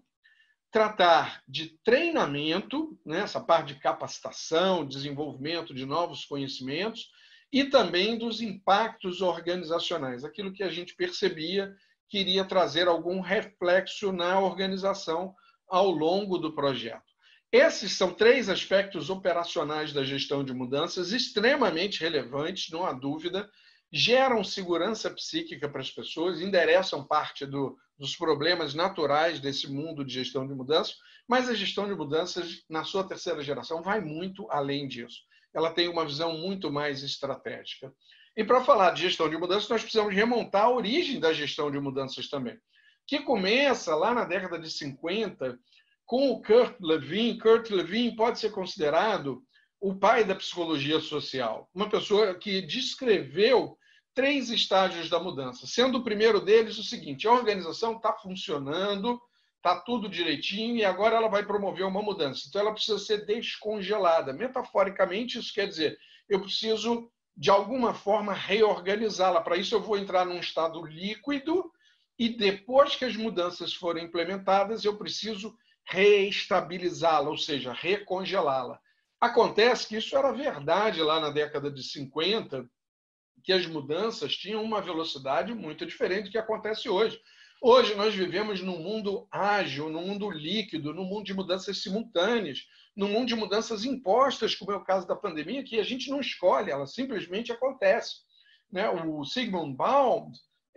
tratar de treinamento, né? Essa parte de capacitação, desenvolvimento de novos conhecimentos, e também dos impactos organizacionais, aquilo que a gente percebia que iria trazer algum reflexo na organização ao longo do projeto. Esses são três aspectos operacionais da gestão de mudanças extremamente relevantes, não há dúvida, geram segurança psíquica para as pessoas, endereçam parte do, dos problemas naturais desse mundo de gestão de mudanças, mas a gestão de mudanças, na sua terceira geração, vai muito além disso. Ela tem uma visão muito mais estratégica. E para falar de gestão de mudanças, nós precisamos remontar a origem da gestão de mudanças também, que começa lá na década de cinquenta, com o Kurt Lewin. Kurt Lewin pode ser considerado o pai da psicologia social, uma pessoa que descreveu três estágios da mudança, sendo o primeiro deles o seguinte: a organização está funcionando, está tudo direitinho e agora ela vai promover uma mudança. Então, ela precisa ser descongelada. Metaforicamente, isso quer dizer, eu preciso, de alguma forma, reorganizá-la. Para isso, eu vou entrar num estado líquido e, depois que as mudanças forem implementadas, eu preciso reestabilizá-la, ou seja, recongelá-la. Acontece que isso era verdade lá na década de cinquenta, que as mudanças tinham uma velocidade muito diferente do que acontece hoje. Hoje nós vivemos num mundo ágil, num mundo líquido, num mundo de mudanças simultâneas, num mundo de mudanças impostas, como é o caso da pandemia, que a gente não escolhe, ela simplesmente acontece. Né? O Zygmunt Baum,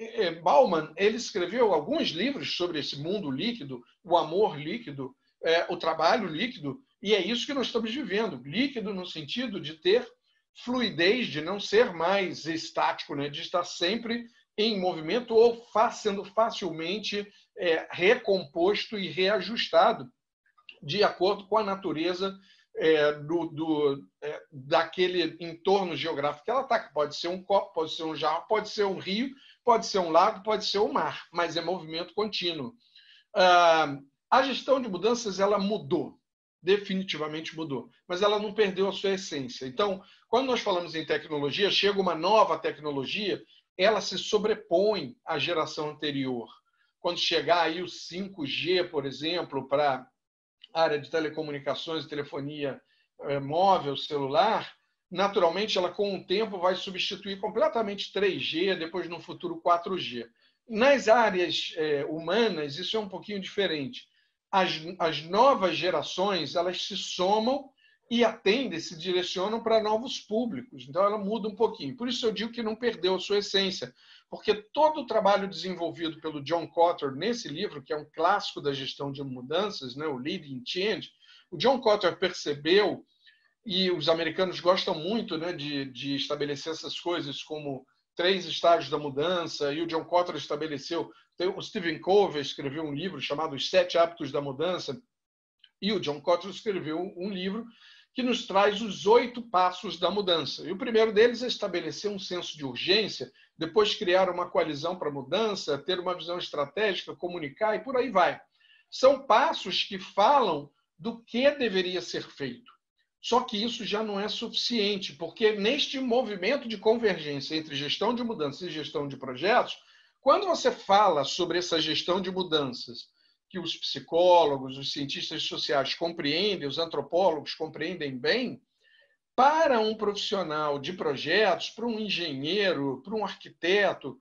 Bauman, ele escreveu alguns livros sobre esse mundo líquido, o amor líquido, é, o trabalho líquido, e é isso que nós estamos vivendo. Líquido no sentido de ter fluidez, de não ser mais estático, né? De estar sempre em movimento ou sendo facilmente é, recomposto e reajustado de acordo com a natureza é, do, do, é, daquele entorno geográfico que ela está. Pode ser um copo, pode ser um jarro, pode ser um rio, pode ser um lago, pode ser um mar, mas é movimento contínuo. Ah, a gestão de mudanças ela mudou, definitivamente mudou, mas ela não perdeu a sua essência. Então, quando nós falamos em tecnologia, chega uma nova tecnologia, ela se sobrepõe à geração anterior. Quando chegar aí o cinco G, por exemplo, para a área de telecomunicações e telefonia eh, móvel, celular, naturalmente ela com o tempo vai substituir completamente três G, depois no futuro quatro G. Nas áreas eh, humanas, isso é um pouquinho diferente. As, as novas gerações, elas se somam e atendem, se direcionam para novos públicos. Então, ela muda um pouquinho. Por isso, eu digo que não perdeu a sua essência, porque todo o trabalho desenvolvido pelo John Kotter nesse livro, que é um clássico da gestão de mudanças, né, o Leading Change, o John Kotter percebeu, e os americanos gostam muito, né, de, de estabelecer essas coisas como três estágios da mudança, e o John Kotter estabeleceu. O Stephen Covey escreveu um livro chamado Os Sete Hábitos da Mudança, e o John Kotter escreveu um livro que nos traz os oito passos da mudança. E o primeiro deles é estabelecer um senso de urgência, depois criar uma coalizão para a mudança, ter uma visão estratégica, comunicar e por aí vai. São passos que falam do que deveria ser feito. Só que isso já não é suficiente, porque neste movimento de convergência entre gestão de mudanças e gestão de projetos, quando você fala sobre essa gestão de mudanças, que os psicólogos, os cientistas sociais compreendem, os antropólogos compreendem bem, para um profissional de projetos, para um engenheiro, para um arquiteto,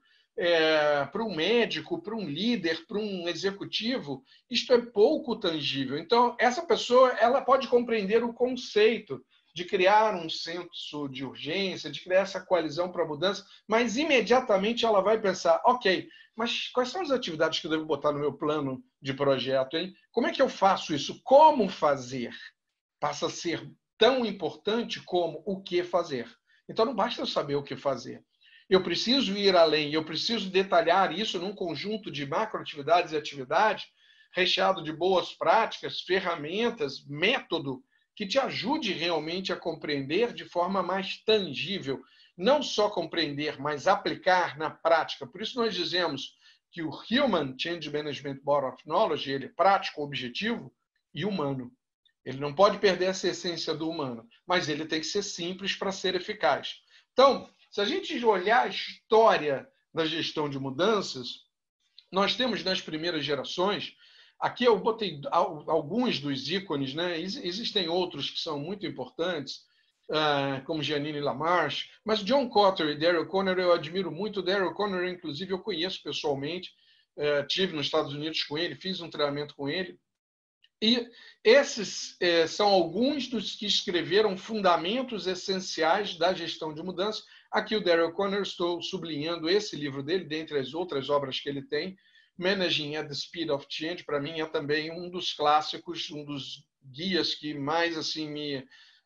é, para um médico, para um líder, para um executivo, isto é pouco tangível. Então, essa pessoa ela pode compreender o conceito de criar um senso de urgência, de criar essa coalizão para a mudança, mas imediatamente ela vai pensar, ok, mas quais são as atividades que eu devo botar no meu plano de projeto, hein? Como é que eu faço isso? Como fazer? Passa a ser tão importante como o que fazer. Então, não basta eu saber o que fazer. Eu preciso ir além, eu preciso detalhar isso num conjunto de macroatividades e atividades recheado de boas práticas, ferramentas, método que te ajude realmente a compreender de forma mais tangível. Não só compreender, mas aplicar na prática. Por isso nós dizemos que o Human Change Management Body of Knowledge ele é prático, objetivo e humano. Ele não pode perder essa essência do humano, mas ele tem que ser simples para ser eficaz. Então, se a gente olhar a história da gestão de mudanças, nós temos nas primeiras gerações, aqui eu botei alguns dos ícones, né? Existem outros que são muito importantes, como Giannini Lamarche, mas John Kotter e Daryl Conner eu admiro muito. Daryl Conner, inclusive, eu conheço pessoalmente, estive nos Estados Unidos com ele, fiz um treinamento com ele. E esses eh, são alguns dos que escreveram fundamentos essenciais da gestão de mudança. Aqui o Daryl Conner, estou sublinhando esse livro dele, dentre as outras obras que ele tem. Managing at the Speed of Change, para mim, é também um dos clássicos, um dos guias que mais assim me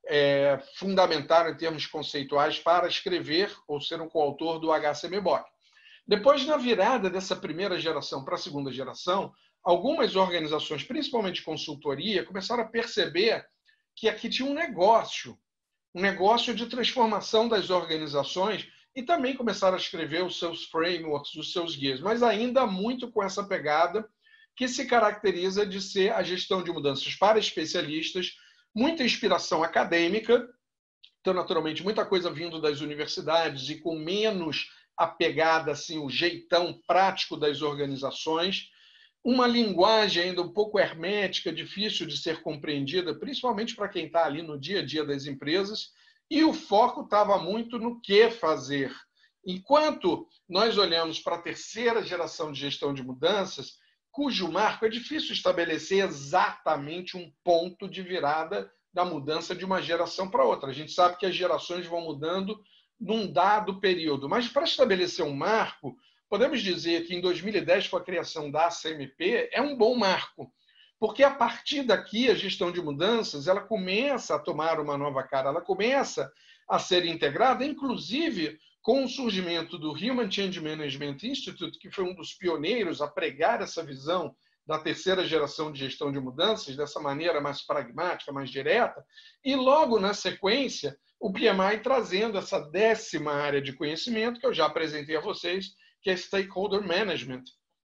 é, fundamentaram em termos conceituais para escrever ou ser um coautor do H C M B O C. Depois, na virada dessa primeira geração para a segunda geração, algumas organizações, principalmente consultoria, começaram a perceber que aqui tinha um negócio, um negócio de transformação das organizações e também começaram a escrever os seus frameworks, os seus guias, mas ainda muito com essa pegada que se caracteriza de ser a gestão de mudanças para especialistas, muita inspiração acadêmica, então, naturalmente, muita coisa vindo das universidades e com menos a pegada, assim, o jeitão prático das organizações, uma linguagem ainda um pouco hermética, difícil de ser compreendida, principalmente para quem está ali no dia a dia das empresas, e o foco estava muito no que fazer. Enquanto nós olhamos para a terceira geração de gestão de mudanças, cujo marco é difícil estabelecer exatamente um ponto de virada da mudança de uma geração para outra. A gente sabe que as gerações vão mudando num dado período, mas para estabelecer um marco, podemos dizer que em dois mil e dez, com a criação da A C M P, é um bom marco, porque a partir daqui a gestão de mudanças ela começa a tomar uma nova cara, ela começa a ser integrada, inclusive com o surgimento do Human Change Management Institute, que foi um dos pioneiros a pregar essa visão da terceira geração de gestão de mudanças, dessa maneira mais pragmática, mais direta, e logo na sequência, o P M I trazendo essa décima área de conhecimento, que eu já apresentei a vocês, que é Stakeholder Management.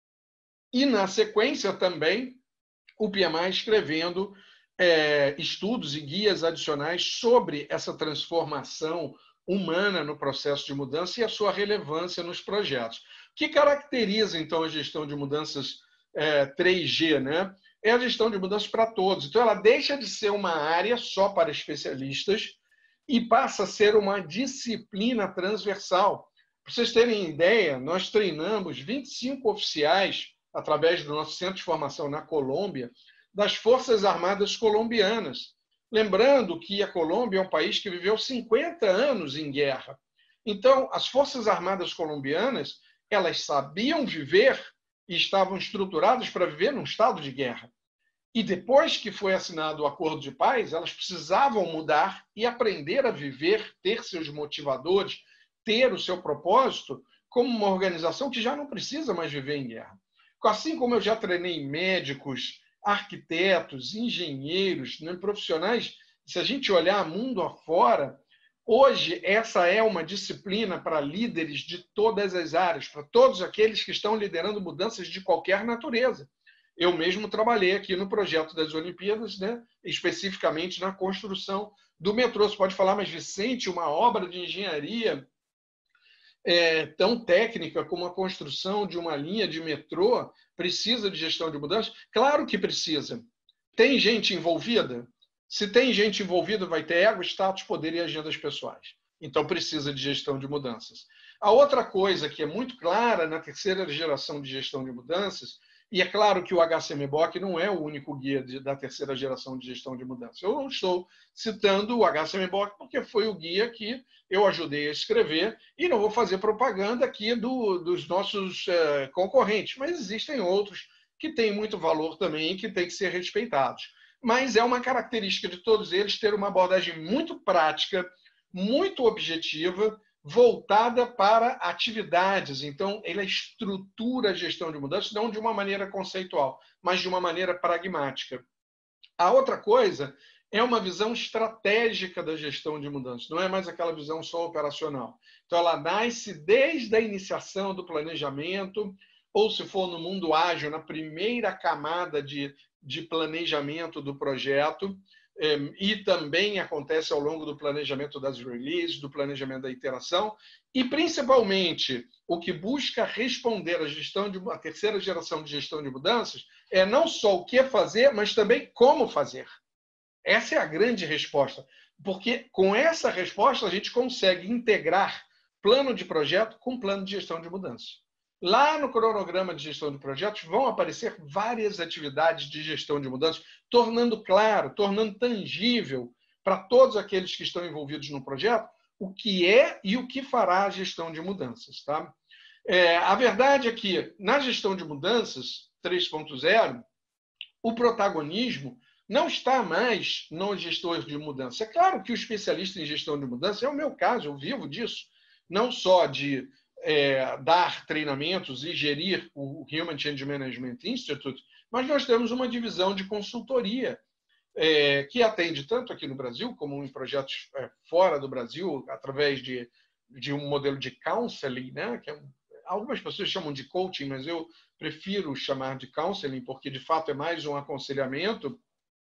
E, na sequência, também, o P M I escrevendo é, estudos e guias adicionais sobre essa transformação humana no processo de mudança e a sua relevância nos projetos. O que caracteriza, então, a gestão de mudanças é, três G, né? É a gestão de mudanças para todos. Então, ela deixa de ser uma área só para especialistas e passa a ser uma disciplina transversal. Para vocês terem ideia, nós treinamos vinte e cinco oficiais, através do nosso centro de formação na Colômbia, das Forças Armadas colombianas. Lembrando que a Colômbia é um país que viveu cinquenta anos em guerra. Então, as Forças Armadas colombianas, elas sabiam viver e estavam estruturadas para viver num estado de guerra. E depois que foi assinado o Acordo de Paz, elas precisavam mudar e aprender a viver, ter seus motivadores, ter o seu propósito como uma organização que já não precisa mais viver em guerra. Assim como eu já treinei médicos, arquitetos, engenheiros, né, profissionais, se a gente olhar mundo afora, hoje essa é uma disciplina para líderes de todas as áreas, para todos aqueles que estão liderando mudanças de qualquer natureza. Eu mesmo trabalhei aqui no projeto das Olimpíadas, né, especificamente na construção do metrô. Você pode falar, mas Vicente, uma obra de engenharia É, tão técnica como a construção de uma linha de metrô precisa de gestão de mudança? Claro que precisa. Tem gente envolvida? Se tem gente envolvida, vai ter ego, status, poder e agendas pessoais. Então, precisa de gestão de mudanças. A outra coisa que é muito clara na terceira geração de gestão de mudanças, e é claro que o H C M B O C não é o único guia de, da terceira geração de gestão de mudanças. Eu não estou citando o H C M B O C porque foi o guia que eu ajudei a escrever e não vou fazer propaganda aqui do, dos nossos eh, concorrentes, mas existem outros que têm muito valor também e que têm que ser respeitados. Mas é uma característica de todos eles ter uma abordagem muito prática, muito objetiva, voltada para atividades. Então, ele estrutura a gestão de mudanças não de uma maneira conceitual, mas de uma maneira pragmática. A outra coisa é uma visão estratégica da gestão de mudanças, não é mais aquela visão só operacional. Então, ela nasce desde a iniciação do planejamento, ou se for no mundo ágil, na primeira camada de, de planejamento do projeto, e também acontece ao longo do planejamento das releases, do planejamento da iteração, e principalmente o que busca responder à gestão de a terceira geração de gestão de mudanças é não só o que fazer, mas também como fazer. Essa é a grande resposta, porque com essa resposta a gente consegue integrar plano de projeto com plano de gestão de mudanças. Lá no cronograma de gestão de projetos vão aparecer várias atividades de gestão de mudanças, tornando claro, tornando tangível para todos aqueles que estão envolvidos no projeto o que é e o que fará a gestão de mudanças. Tá? É, a verdade é que, na gestão de mudanças três ponto zero, o protagonismo não está mais no gestor de mudança. É claro que o especialista em gestão de mudança é o meu caso, eu vivo disso, não só de É, dar treinamentos e gerir o Human Change Management Institute, mas nós temos uma divisão de consultoria é, que atende tanto aqui no Brasil como em projetos é, fora do Brasil, através de, de um modelo de counseling, né? Que é, algumas pessoas chamam de coaching, mas eu prefiro chamar de counseling, porque de fato é mais um aconselhamento.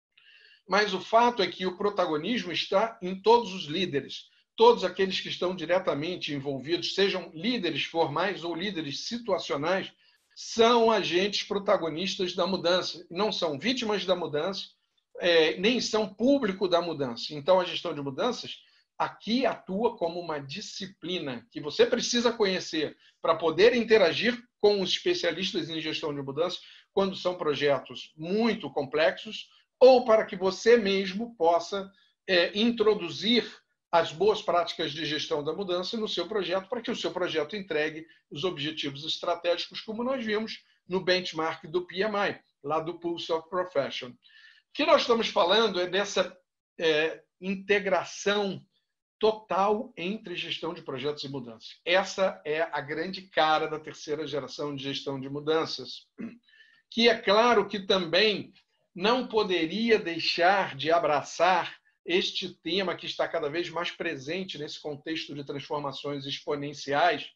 Mas o fato é que o protagonismo está em todos os líderes. Todos aqueles que estão diretamente envolvidos, sejam líderes formais ou líderes situacionais, são agentes protagonistas da mudança. Não são vítimas da mudança, é, nem são público da mudança. Então, a gestão de mudanças aqui atua como uma disciplina que você precisa conhecer para poder interagir com os especialistas em gestão de mudança quando são projetos muito complexos ou para que você mesmo possa é, introduzir as boas práticas de gestão da mudança no seu projeto, para que o seu projeto entregue os objetivos estratégicos, como nós vimos no benchmark do P M I, lá do Pulse of Profession. O que nós estamos falando é dessa é, integração total entre gestão de projetos e mudanças. Essa é a grande cara da terceira geração de gestão de mudanças, que é claro que também não poderia deixar de abraçar este tema que está cada vez mais presente nesse contexto de transformações exponenciais,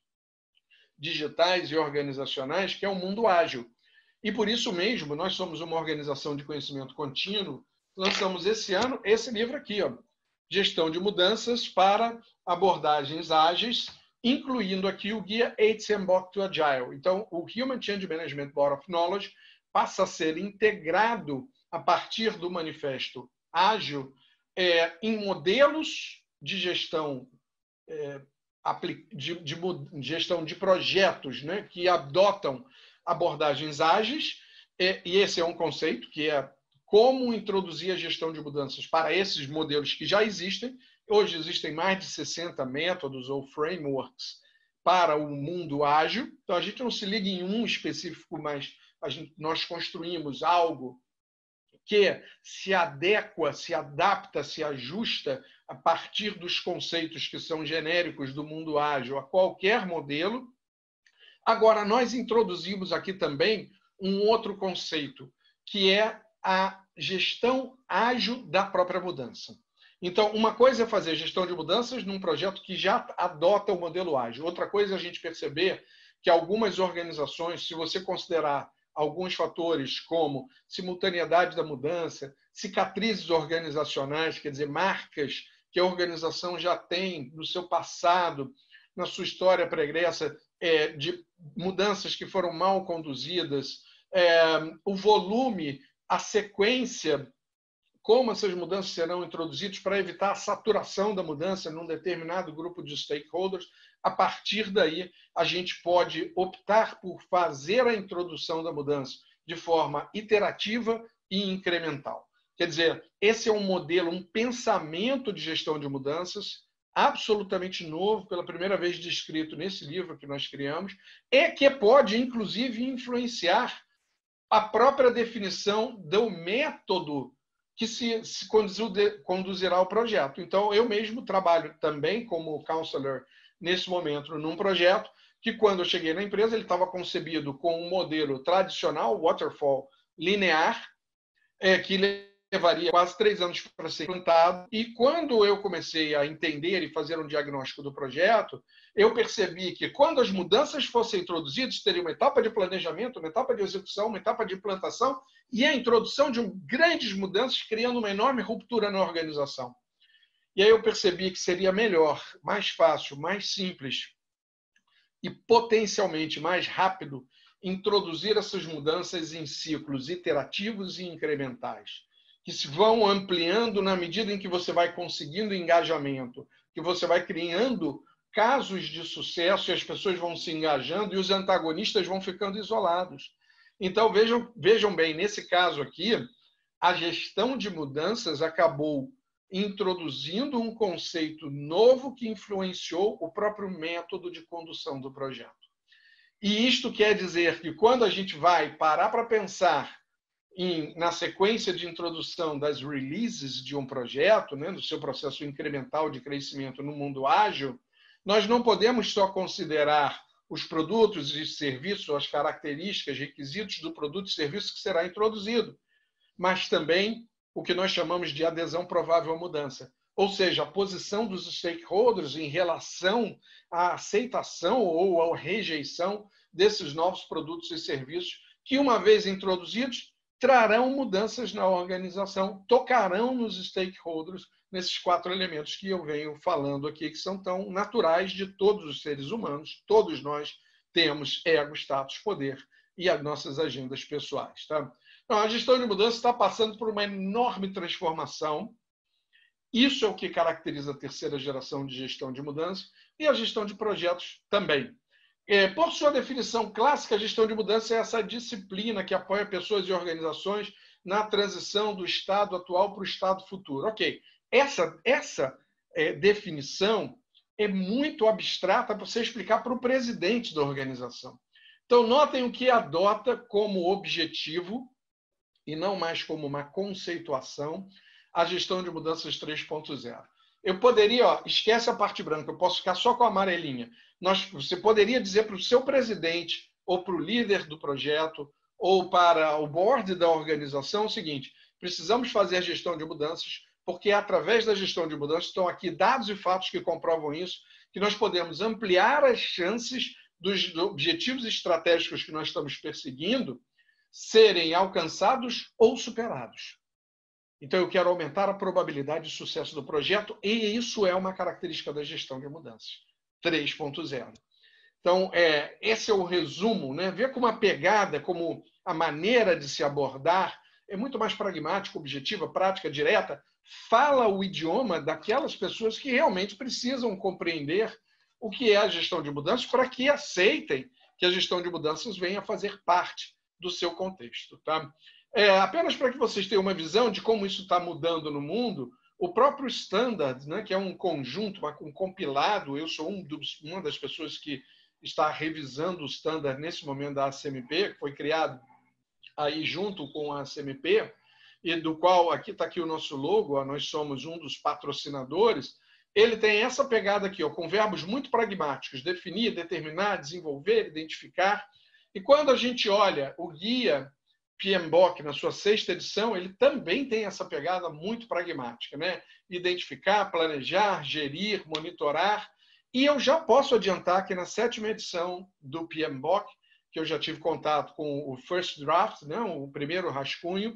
digitais e organizacionais, que é o mundo ágil. E por isso mesmo, nós somos uma organização de conhecimento contínuo, lançamos esse ano esse livro aqui, ó, Gestão de Mudanças para Abordagens Ágeis, incluindo aqui o guia H C M B O C to Agile. Então, o Human Change Management Board of Knowledge passa a ser integrado a partir do manifesto ágil É, em modelos de gestão é, de, de, de gestão de projetos, né, que adotam abordagens ágeis, é, e esse é um conceito que é como introduzir a gestão de mudanças para esses modelos que já existem. Hoje existem mais de sessenta métodos ou frameworks para o mundo ágil, então a gente não se liga em um específico, mas a gente, nós construímos algo que se adequa, se adapta, se ajusta a partir dos conceitos que são genéricos do mundo ágil a qualquer modelo. Agora, nós introduzimos aqui também um outro conceito, que é a gestão ágil da própria mudança. Então, uma coisa é fazer gestão de mudanças num projeto que já adota o modelo ágil. Outra coisa é a gente perceber que algumas organizações, se você considerar alguns fatores como simultaneidade da mudança, cicatrizes organizacionais, quer dizer, marcas que a organização já tem no seu passado, na sua história pregressa, é, de mudanças que foram mal conduzidas, é, o volume, a sequência como essas mudanças serão introduzidas para evitar a saturação da mudança num determinado grupo de stakeholders. A partir daí, a gente pode optar por fazer a introdução da mudança de forma iterativa e incremental. Quer dizer, esse é um modelo, um pensamento de gestão de mudanças absolutamente novo, pela primeira vez descrito nesse livro que nós criamos, e que pode, inclusive, influenciar a própria definição do método que se, se conduzirá ao projeto. Então, eu mesmo trabalho também como counselor nesse momento num projeto que, quando eu cheguei na empresa, ele estava concebido com um modelo tradicional, waterfall linear, é, que levaria quase três anos para ser implantado. E quando eu comecei a entender e fazer um diagnóstico do projeto, eu percebi que quando as mudanças fossem introduzidas, teria uma etapa de planejamento, uma etapa de execução, uma etapa de implantação e a introdução de um, grandes mudanças, criando uma enorme ruptura na organização. E aí eu percebi que seria melhor, mais fácil, mais simples e potencialmente mais rápido introduzir essas mudanças em ciclos iterativos e incrementais, que se vão ampliando na medida em que você vai conseguindo engajamento, que você vai criando casos de sucesso e as pessoas vão se engajando e os antagonistas vão ficando isolados. Então, vejam, vejam bem, nesse caso aqui, a gestão de mudanças acabou introduzindo um conceito novo que influenciou o próprio método de condução do projeto. E isto quer dizer que quando a gente vai parar para pensar em, na sequência de introdução das releases de um projeto, né, do seu processo incremental de crescimento no mundo ágil, nós não podemos só considerar os produtos e serviços, as características, requisitos do produto e serviço que será introduzido, mas também o que nós chamamos de adesão provável à mudança, ou seja, a posição dos stakeholders em relação à aceitação ou à rejeição desses novos produtos e serviços que, uma vez introduzidos, trarão mudanças na organização, tocarão nos stakeholders, nesses quatro elementos que eu venho falando aqui, que são tão naturais de todos os seres humanos. Todos nós temos ego, status, poder e as nossas agendas pessoais. Tá? Então, a gestão de mudança está passando por uma enorme transformação. Isso é o que caracteriza a terceira geração de gestão de mudança e a gestão de projetos também. É, por sua definição clássica, a gestão de mudança é essa disciplina que apoia pessoas e organizações na transição do estado atual para o estado futuro. Ok, essa, essa é, definição é muito abstrata para você explicar para o presidente da organização. Então, notem o que adota como objetivo, e não mais como uma conceituação, a gestão de mudanças três ponto zero. Eu poderia, ó, esquece a parte branca, eu posso ficar só com a amarelinha. Nós, você poderia dizer para o seu presidente, ou para o líder do projeto, ou para o board da organização o seguinte: precisamos fazer gestão de mudanças, porque através da gestão de mudanças estão aqui dados e fatos que comprovam isso, que nós podemos ampliar as chances dos objetivos estratégicos que nós estamos perseguindo serem alcançados ou superados. Então, eu quero aumentar a probabilidade de sucesso do projeto, e isso é uma característica da gestão de mudanças três ponto zero. Então, é, esse é o resumo, né? Ver como a pegada, como a maneira de se abordar é muito mais pragmática, objetiva, prática, direta, fala o idioma daquelas pessoas que realmente precisam compreender o que é a gestão de mudanças para que aceitem que a gestão de mudanças venha a fazer parte do seu contexto. Tá? É, apenas para que vocês tenham uma visão de como isso está mudando no mundo, o próprio Standard, né, que é um conjunto, um compilado, eu sou um dos, uma das pessoas que está revisando o Standard nesse momento da A C M P, que foi criado aí junto com a A C M P, e do qual, aqui está aqui o nosso logo, ó, nós somos um dos patrocinadores. Ele tem essa pegada aqui, ó, com verbos muito pragmáticos: definir, determinar, desenvolver, identificar. E quando a gente olha o guia P M B O K na sua sexta edição, ele também tem essa pegada muito pragmática, né? Identificar, planejar, gerir, monitorar. E eu já posso adiantar que na sétima edição do P M B O K, que eu já tive contato com o First Draft, né? O primeiro rascunho,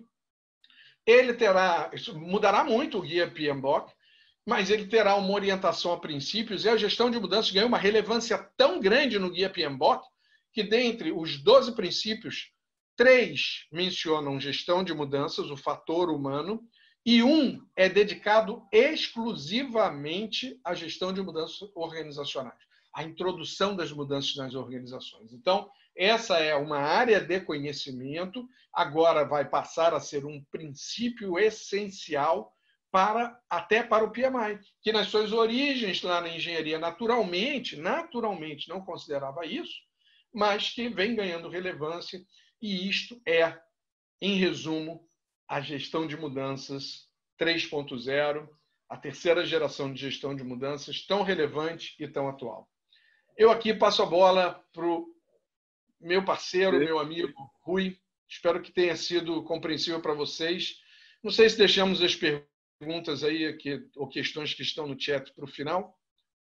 ele terá, isso mudará muito o guia P M B O K, mas ele terá uma orientação a princípios, e a gestão de mudanças ganhou uma relevância tão grande no guia P M B O K, que dentre os doze princípios, três mencionam gestão de mudanças, o fator humano, e um é dedicado exclusivamente à gestão de mudanças organizacionais, à introdução das mudanças nas organizações. Então, essa é uma área de conhecimento, agora vai passar a ser um princípio essencial para, até para o P M I, que nas suas origens lá na engenharia naturalmente, naturalmente não considerava isso, mas que vem ganhando relevância, e isto é, em resumo, a gestão de mudanças três ponto zero, a terceira geração de gestão de mudanças tão relevante e tão atual. Eu aqui passo a bola para o meu parceiro, meu amigo Rui. Espero que tenha sido compreensível para vocês. Não sei se deixamos as perguntas aí aqui, ou questões que estão no chat para o final.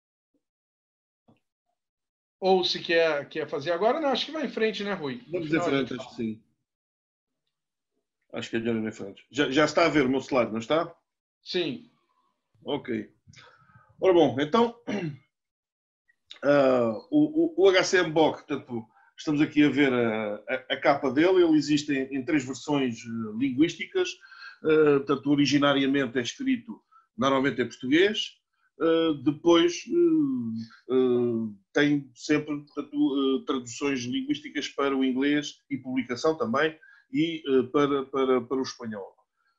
Ou se quer, quer fazer agora. Não, acho que vai em frente, né, Rui? Vamos em frente, acho que sim. Acho que é melhor ir em frente. Já, já está a ver o meu slide, não está? Sim. Ok. Ora bom, então, uh, o, o, o H C M B O C, portanto, estamos aqui a ver a, a, a capa dele. Ele existe em, em três versões uh, linguísticas. Uh, portanto, originariamente é escrito normalmente em português. Uh, depois uh, uh, tem sempre portanto, uh, traduções linguísticas para o inglês e publicação também, e uh, para, para, para o espanhol.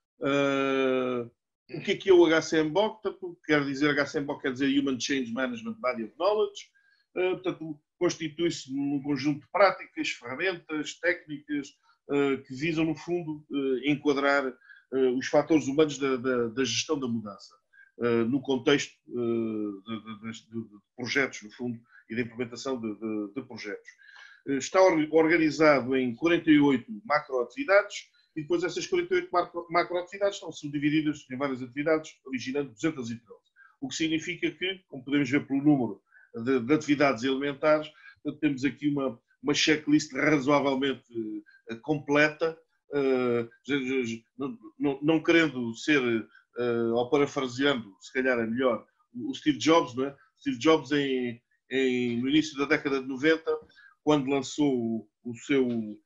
Uh, o que é que é o H C M B O C? Portanto, quer dizer, H C M B O C quer dizer Human Change Management Body of Knowledge. Uh, portanto, constitui-se num conjunto de práticas, ferramentas, técnicas uh, que visam, no fundo, uh, enquadrar uh, os fatores humanos da, da, da gestão da mudança. Uh, no contexto uh, de, de, de, de projetos, no fundo, e da implementação de, de, de projetos. Uh, está organizado em quarenta e oito macroatividades, e depois essas quarenta e oito macroatividades estão subdivididas em várias atividades, originando duzentas e treze. O que significa que, como podemos ver pelo número de, de atividades elementares, temos aqui uma, uma checklist razoavelmente uh, completa, uh, não, não, não querendo ser... Uh, ou parafraseando, se calhar é melhor, o Steve Jobs, não é? Steve Jobs, em, em, no início da década de noventa, quando lançou o, o seu uh,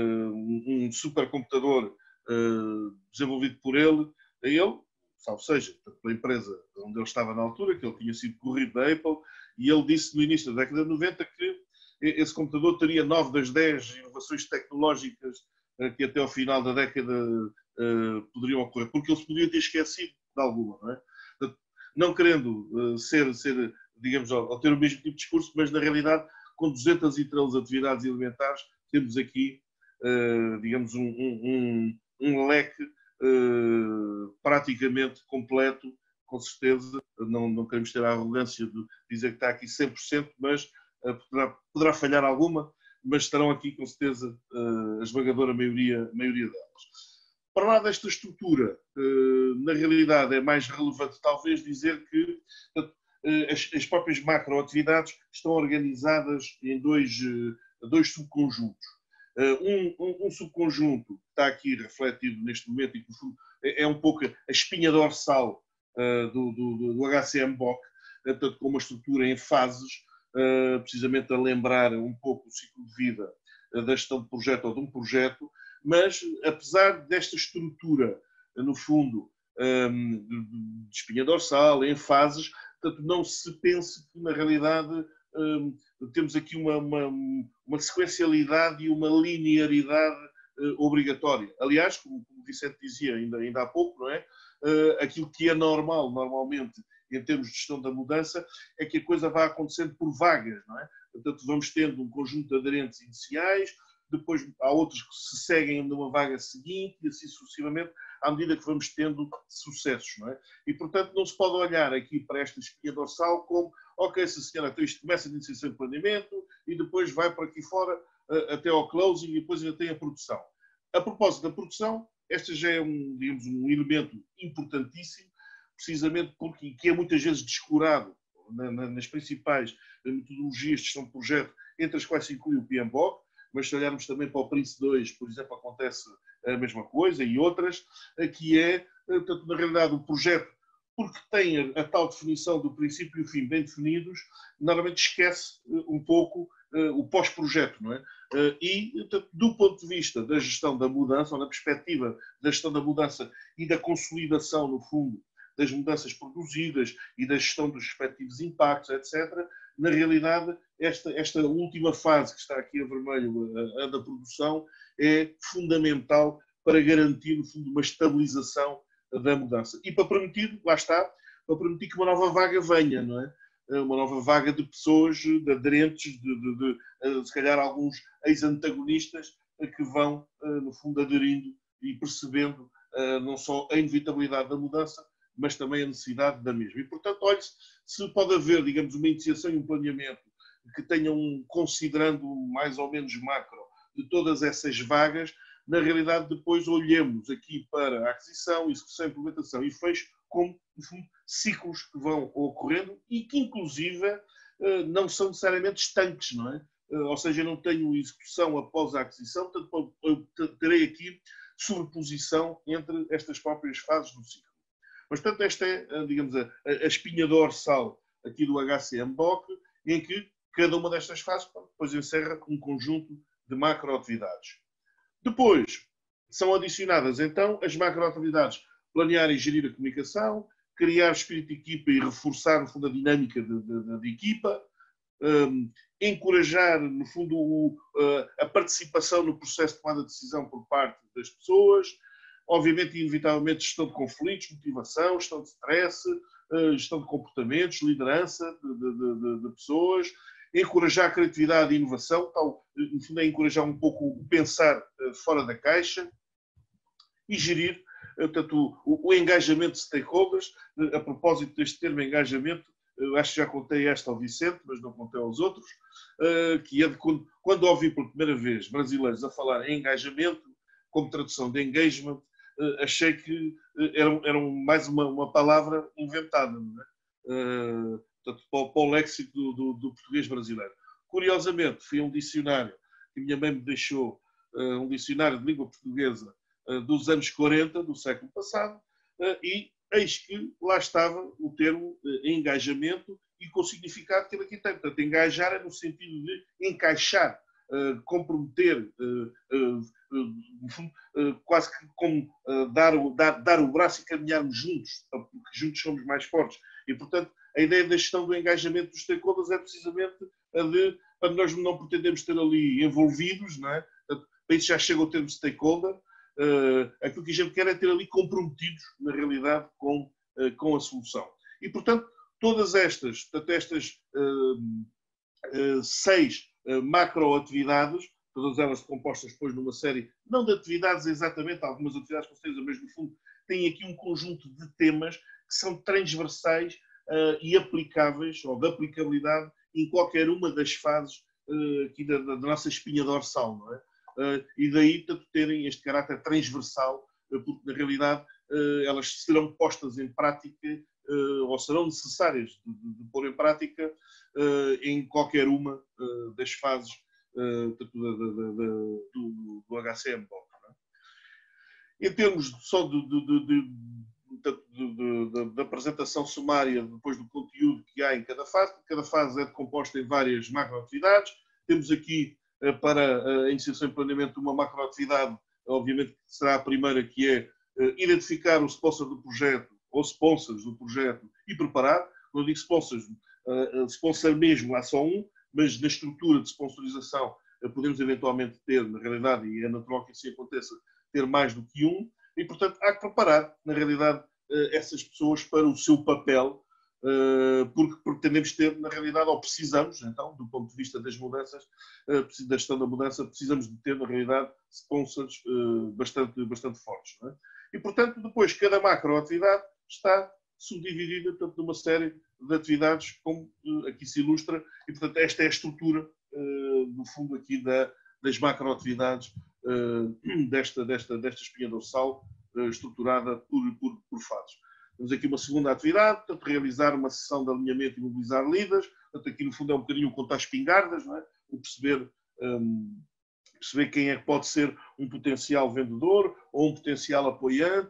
um supercomputador uh, desenvolvido por ele, a ele, salvo seja, pela empresa onde ele estava na altura, que ele tinha sido corrido da Apple, e ele disse no início da década de noventa que esse computador teria nove das dez inovações tecnológicas uh, que até ao final da década Uh, poderiam ocorrer, porque ele se podia ter esquecido de alguma, não é? Não querendo uh, ser, ser, digamos, ou ter o mesmo tipo de discurso, mas na realidade, com duzentas e treze atividades elementares, temos aqui, uh, digamos, um, um, um leque uh, praticamente completo, com certeza. Não, não queremos ter a arrogância de dizer que está aqui cem por cento, mas uh, poderá, poderá falhar alguma, mas estarão aqui, com certeza, uh, a esmagadora maioria, maioria delas. Para lá desta estrutura, na realidade é mais relevante talvez dizer que as próprias macroatividades estão organizadas em dois, dois subconjuntos. Um, um, um subconjunto que está aqui refletido neste momento e que é um pouco a espinha dorsal do, do, do H C M B O C, portanto, com uma estrutura em fases, precisamente a lembrar um pouco o ciclo de vida da gestão de projeto ou de um projeto. Mas, apesar desta estrutura, no fundo, de espinha dorsal, em fases, portanto, não se pense que, na realidade, temos aqui uma, uma, uma sequencialidade e uma linearidade obrigatória. Aliás, como o Vicente dizia ainda, ainda há pouco, não é? Aquilo que é normal, normalmente, em termos de gestão da mudança, é que a coisa vai acontecendo por vagas, não é? Portanto, vamos tendo um conjunto de aderentes iniciais, depois há outros que se seguem numa vaga seguinte e assim sucessivamente, à medida que vamos tendo sucessos, não é? E, portanto, não se pode olhar aqui para esta espinha dorsal como, ok, essa senhora, então isto começa a iniciação de planeamento e depois vai para aqui fora até ao closing e depois ainda tem a produção. A propósito da produção, este já é um, digamos, um elemento importantíssimo, precisamente porque que é muitas vezes descurado na, na, nas principais metodologias de gestão de projeto, entre as quais se inclui o P M B O C, mas se olharmos também para o Prince dois, por exemplo, acontece a mesma coisa, e outras, que é, portanto, na realidade, o projeto porque tem a, a tal definição do princípio e o fim bem definidos, normalmente esquece uh, um pouco uh, o pós-projeto, não é? Uh, e, do ponto de vista da gestão da mudança, ou na perspectiva da gestão da mudança e da consolidação, no fundo, das mudanças produzidas e da gestão dos respectivos impactos, etcétera, na realidade, esta, esta última fase que está aqui a vermelho, a, a da produção, é fundamental para garantir, no fundo, uma estabilização da mudança. E para permitir, lá está, para permitir que uma nova vaga venha, não é? Uma nova vaga de pessoas, de aderentes, de, de, de, de se calhar alguns ex-antagonistas que vão, no fundo, aderindo e percebendo não só a inevitabilidade da mudança, mas também a necessidade da mesma. E, portanto, olhe-se, se pode haver, digamos, uma iniciação e um planeamento que tenham, considerando mais ou menos macro, de todas essas vagas, na realidade, depois olhemos aqui para a aquisição, execução, implementação e fecho como, no fundo, ciclos que vão ocorrendo e que, inclusive, não são necessariamente estanques, não é? Ou seja, eu não tenho execução após a aquisição, portanto, eu terei aqui sobreposição entre estas próprias fases do ciclo. Mas, portanto, esta é, digamos, a, a espinha dorsal aqui do H C M B O C, em que cada uma destas fases depois encerra um conjunto de macroatividades. Depois, são adicionadas, então, as macroatividades: planear e gerir a comunicação, criar espírito de equipa e reforçar, no fundo, a dinâmica de, de, de equipa, um, encorajar, no fundo, o, uh, a participação no processo de tomada de decisão por parte das pessoas, obviamente, inevitavelmente, gestão de conflitos, motivação, gestão de stress, gestão de comportamentos, liderança de, de, de, de pessoas, encorajar a criatividade e inovação, tal, no fundo é encorajar um pouco o pensar fora da caixa e gerir, portanto, o, o engajamento de stakeholders. A propósito deste termo engajamento, acho que já contei esta ao Vicente, mas não contei aos outros, que é de quando, quando ouvi pela primeira vez brasileiros a falar em engajamento, como tradução de engagement, achei que era, era mais uma, uma palavra inventada, não é? Uh, portanto, para, para o léxico do, do, do português brasileiro. Curiosamente, fui a um dicionário que minha mãe me deixou, uh, um dicionário de língua portuguesa uh, dos anos quarenta, do século passado, uh, e eis que lá estava o termo uh, engajamento e com o significado que ele aqui tem. Portanto, engajar é no sentido de encaixar, Uh, comprometer, uh, uh, uh, no fundo, uh, quase que como uh, dar, o, dar, dar o braço e caminharmos juntos, porque juntos somos mais fortes. E, portanto, a ideia da gestão do engajamento dos stakeholders é precisamente a de, para nós não pretendemos ter ali envolvidos, não é? Para isso já chega o termo stakeholder, uh, aquilo que a gente quer é ter ali comprometidos, na realidade, com, uh, com a solução. E, portanto, todas estas, portanto, estas uh, uh, seis macroatividades, todas elas compostas depois numa série, não de atividades exatamente, algumas atividades com certeza, mas no fundo têm aqui um conjunto de temas que são transversais uh, e aplicáveis, ou de aplicabilidade, em qualquer uma das fases uh, aqui da, da nossa espinha dorsal, não é? Uh, e daí, portanto, terem este caráter transversal, uh, porque na realidade uh, elas serão postas em prática, uh, ou serão necessárias de, de, de pôr em prática Uh, em qualquer uma uh, das fases uh, do, do, do, do H C M B O C. É? Em termos só de, de, de, de, de, de, de apresentação sumária, depois do conteúdo que há em cada fase, cada fase é composta em várias macroatividades. Temos aqui uh, para a iniciação e planeamento uma macroatividade, obviamente que será a primeira, que é uh, identificar o sponsor do projeto, ou sponsors do projeto, e preparar. Quando eu digo sponsors, Uh, sponsor mesmo, há só um, mas na estrutura de sponsorização uh, podemos eventualmente ter, na realidade, e é natural que assim aconteça, ter mais do que um, e portanto há que preparar, na realidade, uh, essas pessoas para o seu papel, uh, porque pretendemos ter, na realidade, ou precisamos, então, do ponto de vista das mudanças, uh, da gestão da mudança, precisamos de ter, na realidade, sponsors uh, bastante, bastante fortes. Não é? E portanto, depois, cada macroatividade está subdividida, portanto, numa série de atividades, como aqui se ilustra, e, portanto, esta é a estrutura, uh, no fundo, aqui da, das macroatividades uh, desta, desta, desta espinha dorsal, uh, estruturada por, por, por fases. Temos aqui uma segunda atividade, portanto, realizar uma sessão de alinhamento e mobilizar líderes, portanto, aqui, no fundo, é um bocadinho o contar espingardas, não é? O perceber, um, perceber quem é que pode ser um potencial vendedor ou um potencial apoiante,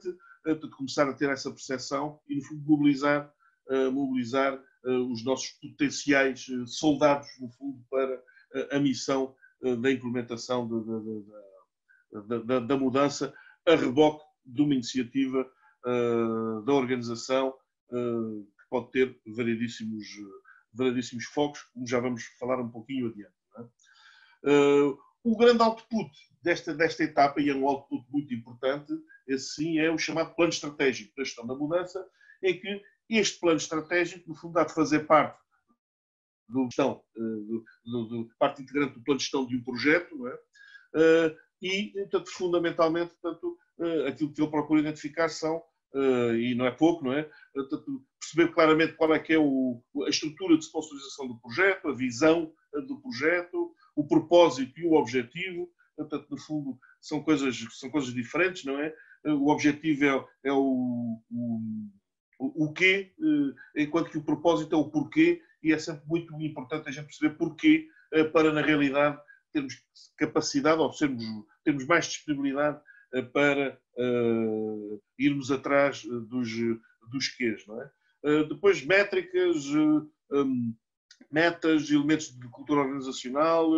portanto, começar a ter essa percepção e, no fundo, mobilizar, mobilizar os nossos potenciais soldados, no fundo, para a missão da implementação da, da, da, da mudança, a reboque de uma iniciativa da organização que pode ter variedíssimos, variedíssimos focos, como já vamos falar um pouquinho adiante. Não é? O grande output desta, desta etapa, e é um output muito importante, esse sim é o chamado plano estratégico da gestão da mudança, em que este plano estratégico, no fundo, há de fazer parte do gestão, do, do, do, parte integrante do plano de gestão de um projeto, não é? E, portanto, fundamentalmente, portanto, aquilo que ele procura identificar são, e não é pouco, não é? Portanto, perceber claramente qual é que é o, a estrutura de sponsorização do projeto, a visão do projeto, o propósito e o objetivo. Portanto, no fundo, são coisas, são coisas diferentes, não é? O objetivo é, é o, o, o quê, enquanto que o propósito é o porquê, e é sempre muito importante a gente perceber porquê, para, na realidade, termos capacidade ou sermos, termos mais disponibilidade para uh, irmos atrás dos, dos quês, não é? Uh, depois, métricas, uh, um, metas, elementos de cultura organizacional,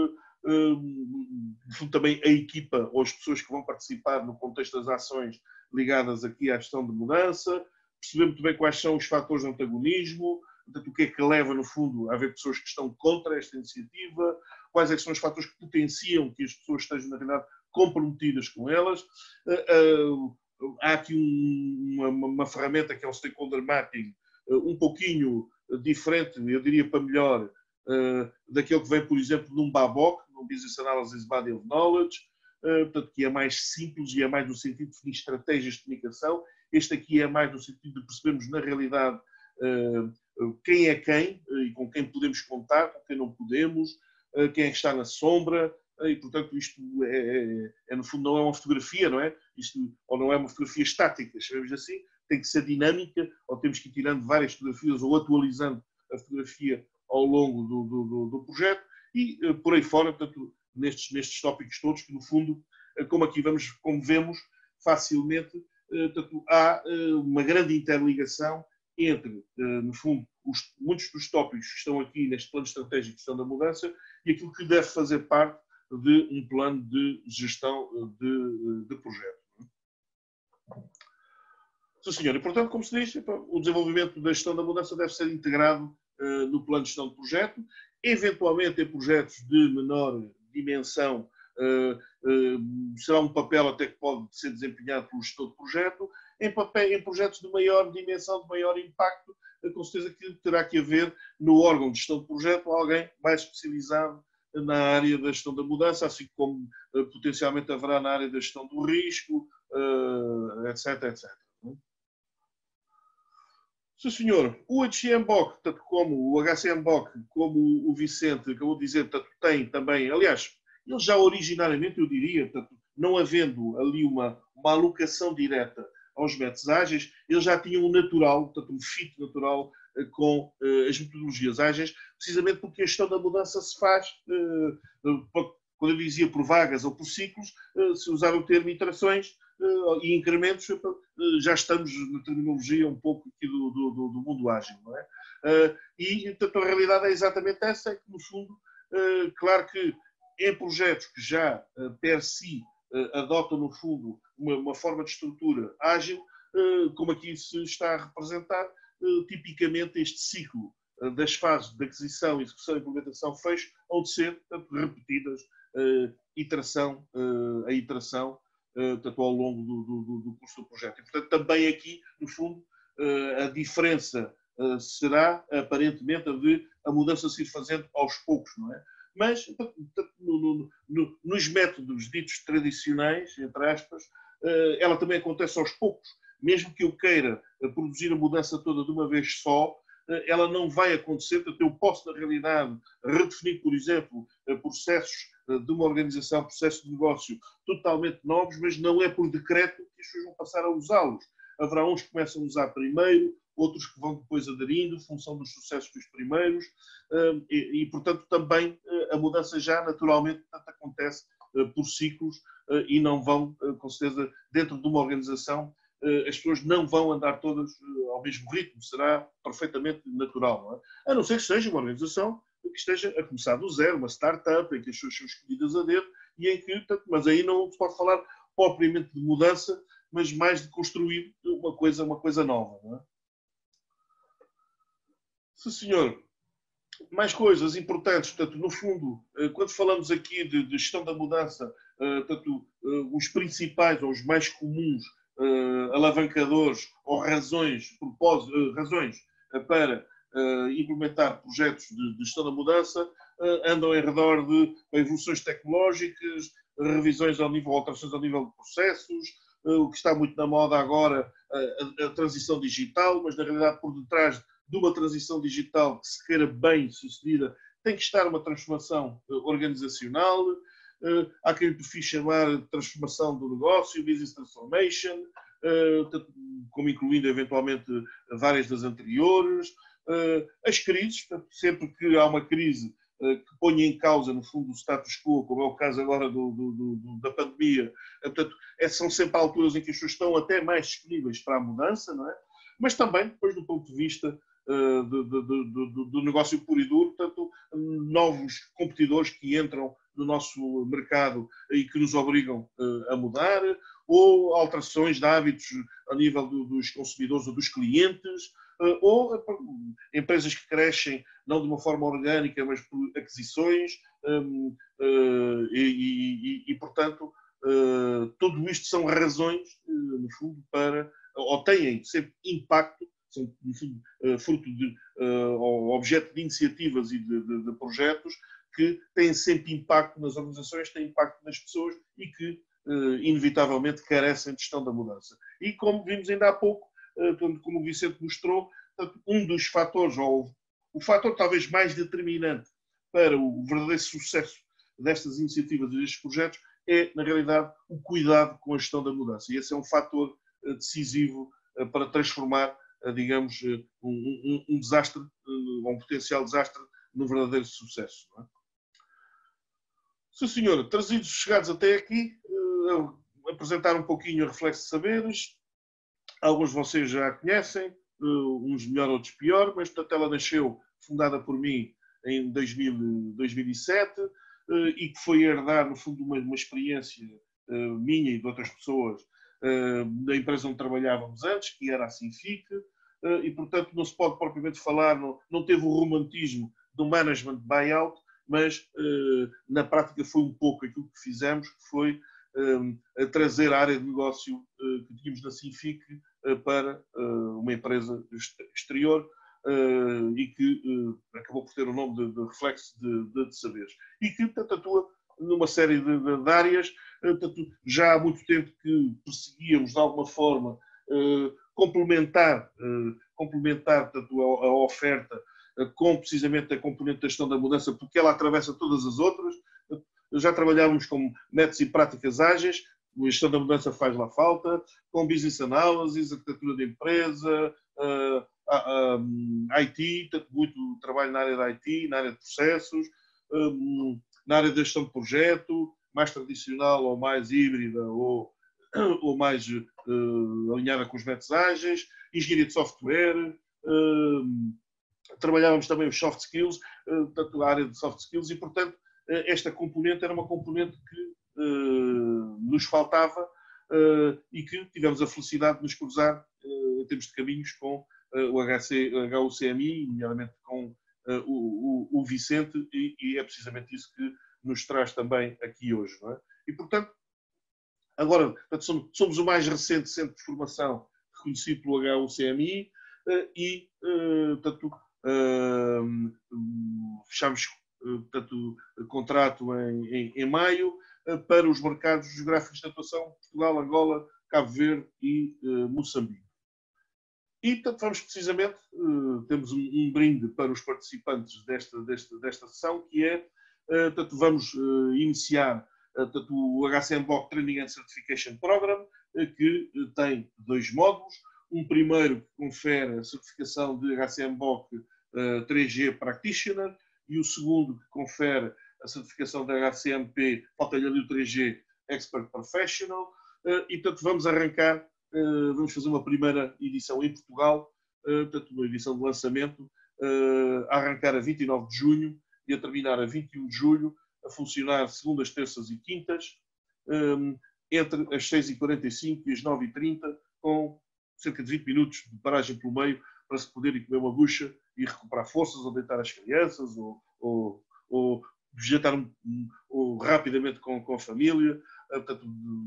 um, também a equipa ou as pessoas que vão participar no contexto das ações ligadas aqui à gestão de mudança, perceber muito bem quais são os fatores de antagonismo, portanto, o que é que leva, no fundo, a haver pessoas que estão contra esta iniciativa, quais é que são os fatores que potenciam que as pessoas estejam, na realidade, comprometidas com elas. Uh, uh, há aqui um, uma, uma ferramenta que é o stakeholder mapping, uh, um pouquinho diferente, eu diria para melhor, uh, daquele que vem, por exemplo, num B A B O C, num Business Analysis Body of Knowledge, uh, portanto, que é mais simples e é mais no sentido de definir estratégias de comunicação. Este aqui é mais no sentido de percebermos, na realidade, uh, quem é quem uh, e com quem podemos contar, com quem não podemos, uh, quem é que está na sombra. E, portanto, isto é, é, é, no fundo, não é uma fotografia, não é? Isto, ou não é uma fotografia estática, chamemos assim, tem que ser dinâmica, ou temos que ir tirando várias fotografias ou atualizando a fotografia ao longo do, do, do, do projeto e, por aí fora, portanto, nestes, nestes tópicos todos, que, no fundo, como aqui vamos, como vemos, facilmente, portanto, há uma grande interligação entre, no fundo, os, muitos dos tópicos que estão aqui neste plano estratégico de gestão da mudança e aquilo que deve fazer parte de um plano de gestão de, de projeto. Sim, senhor. E, portanto, como se diz, o desenvolvimento da gestão da mudança deve ser integrado uh, no plano de gestão de projeto, eventualmente em projetos de menor dimensão, uh, uh, será um papel até que pode ser desempenhado pelo gestor de projeto, em, papel, em projetos de maior dimensão, de maior impacto, uh, com certeza que terá que haver no órgão de gestão de projeto alguém mais especializado na área da gestão da mudança, assim como uh, potencialmente haverá na área da gestão do risco, uh, etc, etcétera. Sim, senhor. O H C M B O C, tanto como o H C M B O C, como o Vicente acabou de dizer, tanto tem também, aliás, eles já originariamente, eu diria, tanto, não havendo ali uma, uma alocação direta aos métodos ágeis, eles já tinham um natural, portanto, um fit natural com uh, as metodologias ágeis, precisamente porque a gestão da mudança se faz, uh, uh, quando eu dizia por vagas ou por ciclos, uh, se usar o termo iterações uh, e incrementos, uh, já estamos na terminologia um pouco aqui do, do, do mundo ágil, não é? Uh, e, portanto, a realidade é exatamente essa, é que, no fundo, uh, claro que em projetos que já, uh, per si, uh, adotam, no fundo, uma, uma forma de estrutura ágil, uh, como aqui se está a representar, Uh, tipicamente este ciclo uh, das fases de aquisição, execução e implementação fecho, hão de ser, portanto, repetidas uh, iteração uh, a iteração uh, portanto, ao longo do, do, do curso do projeto. E, portanto, também aqui, no fundo, uh, a diferença uh, será, aparentemente, a de a mudança se ir fazendo aos poucos, não é? Mas, portanto, no, no, no, nos métodos ditos tradicionais, entre aspas, uh, ela também acontece aos poucos. Mesmo que eu queira produzir a mudança toda de uma vez só, ela não vai acontecer. Portanto, eu posso, na realidade, redefinir, por exemplo, processos de uma organização, processos de negócio totalmente novos, mas não é por decreto que as pessoas vão passar a usá-los. Haverá uns que começam a usar primeiro, outros que vão depois aderindo, em função dos sucessos dos primeiros, e, e portanto, também a mudança já naturalmente portanto, acontece por ciclos e não vão, com certeza, dentro de uma organização, as pessoas não vão andar todas ao mesmo ritmo, será perfeitamente natural, não é? A não ser que seja uma organização que esteja a começar do zero, uma startup, em que as pessoas são escolhidas a dedo, e em que, mas aí não se pode falar propriamente de mudança, mas mais de construir uma coisa, uma coisa nova, não é? Sim, senhor. Mais coisas importantes, portanto, no fundo, quando falamos aqui de, de gestão da mudança, portanto, os principais ou os mais comuns alavancadores ou razões, razões para implementar projetos de, de gestão da mudança andam em redor de evoluções tecnológicas, revisões ao nível, alterações ao nível de processos, o que está muito na moda agora, a, a transição digital, mas na realidade por detrás de uma transição digital que se queira bem sucedida, tem que estar uma transformação organizacional. Há quem prefira chamar de transformação do negócio, business transformation, como incluindo eventualmente várias das anteriores. As crises, sempre que há uma crise que ponha em causa, no fundo, o status quo, como é o caso agora do, do, do, da pandemia, portanto, são sempre alturas em que as pessoas estão até mais disponíveis para a mudança, não é? Mas também, depois, do ponto de vista uh, do, do, do, do negócio puro e duro, portanto, novos competidores que entram no nosso mercado e que nos obrigam uh, a mudar, ou alterações de hábitos a nível do, dos consumidores ou dos clientes, uh, ou uh, empresas que crescem não de uma forma orgânica, mas por aquisições, um, uh, e, e, e, portanto, uh, tudo isto são razões, uh, no fundo, para ou têm sempre impacto, são, enfim, fruto de, ou objeto de iniciativas e de, de, de projetos que têm sempre impacto nas organizações, têm impacto nas pessoas e que, inevitavelmente, carecem de gestão da mudança. E, como vimos ainda há pouco, como o Vicente mostrou, um dos fatores, ou o fator talvez mais determinante para o verdadeiro sucesso destas iniciativas e destes projetos é, na realidade, o cuidado com a gestão da mudança. E esse é um fator decisivo para transformar, digamos, um, um, um desastre, um potencial desastre, num verdadeiro sucesso. Não é? Sim, senhora, trazidos, chegados até aqui, uh, apresentar um pouquinho a Reflexo de Saberes. Alguns de vocês já a conhecem, uh, uns melhor, outros pior, mas portanto ela nasceu, fundada por mim em dois mil, dois mil e sete, uh, e que foi herdar, no fundo, uma, uma experiência uh, minha e de outras pessoas da empresa onde trabalhávamos antes, que era a Sinfic, e, portanto, não se pode propriamente falar, não, não teve o romantismo do management buyout, mas, na prática, foi um pouco aquilo que fizemos, que foi trazer a área de negócio que tínhamos na Sinfic para uma empresa exterior, e que acabou por ter o nome de, de Reflexo de, de, de Saberes. E que, portanto, atua numa série de, de, de áreas. Portanto, já há muito tempo que perseguíamos, de alguma forma, eh, complementar, eh, complementar portanto, a, a oferta eh, com precisamente a componente da gestão da mudança, porque ela atravessa todas as outras. Já trabalhávamos com métodos e práticas ágeis, a gestão da mudança faz lá falta, com business analysis, arquitetura de empresa, uh, uh, um, I T, portanto, muito trabalho na área da I T, na área de processos, um, na área da gestão de projeto, mais tradicional ou mais híbrida ou, ou mais uh, alinhada com os métodos ágeis, engenharia de software, uh, trabalhávamos também os soft skills, uh, portanto, a área de soft skills, e, portanto, uh, esta componente era uma componente que uh, nos faltava uh, e que tivemos a felicidade de nos cruzar uh, em termos de caminhos com uh, o H U C M I, nomeadamente com uh, o, o, o Vicente, e, e é precisamente isso que nos traz também aqui hoje. Não é? E, portanto, agora, portanto, somos, somos o mais recente centro de formação reconhecido pelo H U C M I uh, e, uh, portanto, uh, fechamos uh, portanto, contrato em, em, em maio uh, para os mercados geográficos de atuação Portugal, Angola, Cabo Verde e uh, Moçambique. E, portanto, vamos precisamente, uh, temos um, um brinde para os participantes desta, desta, desta sessão, que é, uh, portanto, vamos uh, iniciar uh, portanto, o H C M B O C Training and Certification Program, uh, que uh, tem dois módulos. Um primeiro que confere a certificação de H C M B O C uh, três G Practitioner, e o segundo que confere a certificação da H C M P, falta-lhe ali o três G Expert Professional, uh, e, portanto, vamos arrancar vamos fazer uma primeira edição em Portugal, portanto, uma edição de lançamento, a arrancar a vinte e nove de junho e a terminar a vinte e um de julho, a funcionar segundas, terças e quintas, entre as seis e quarenta e cinco e as nove e trinta, com cerca de vinte minutos de paragem pelo meio para se poder ir comer uma bucha e recuperar forças, ou deitar as crianças, ou, ou, ou jantar ou rapidamente com, com a família. Portanto,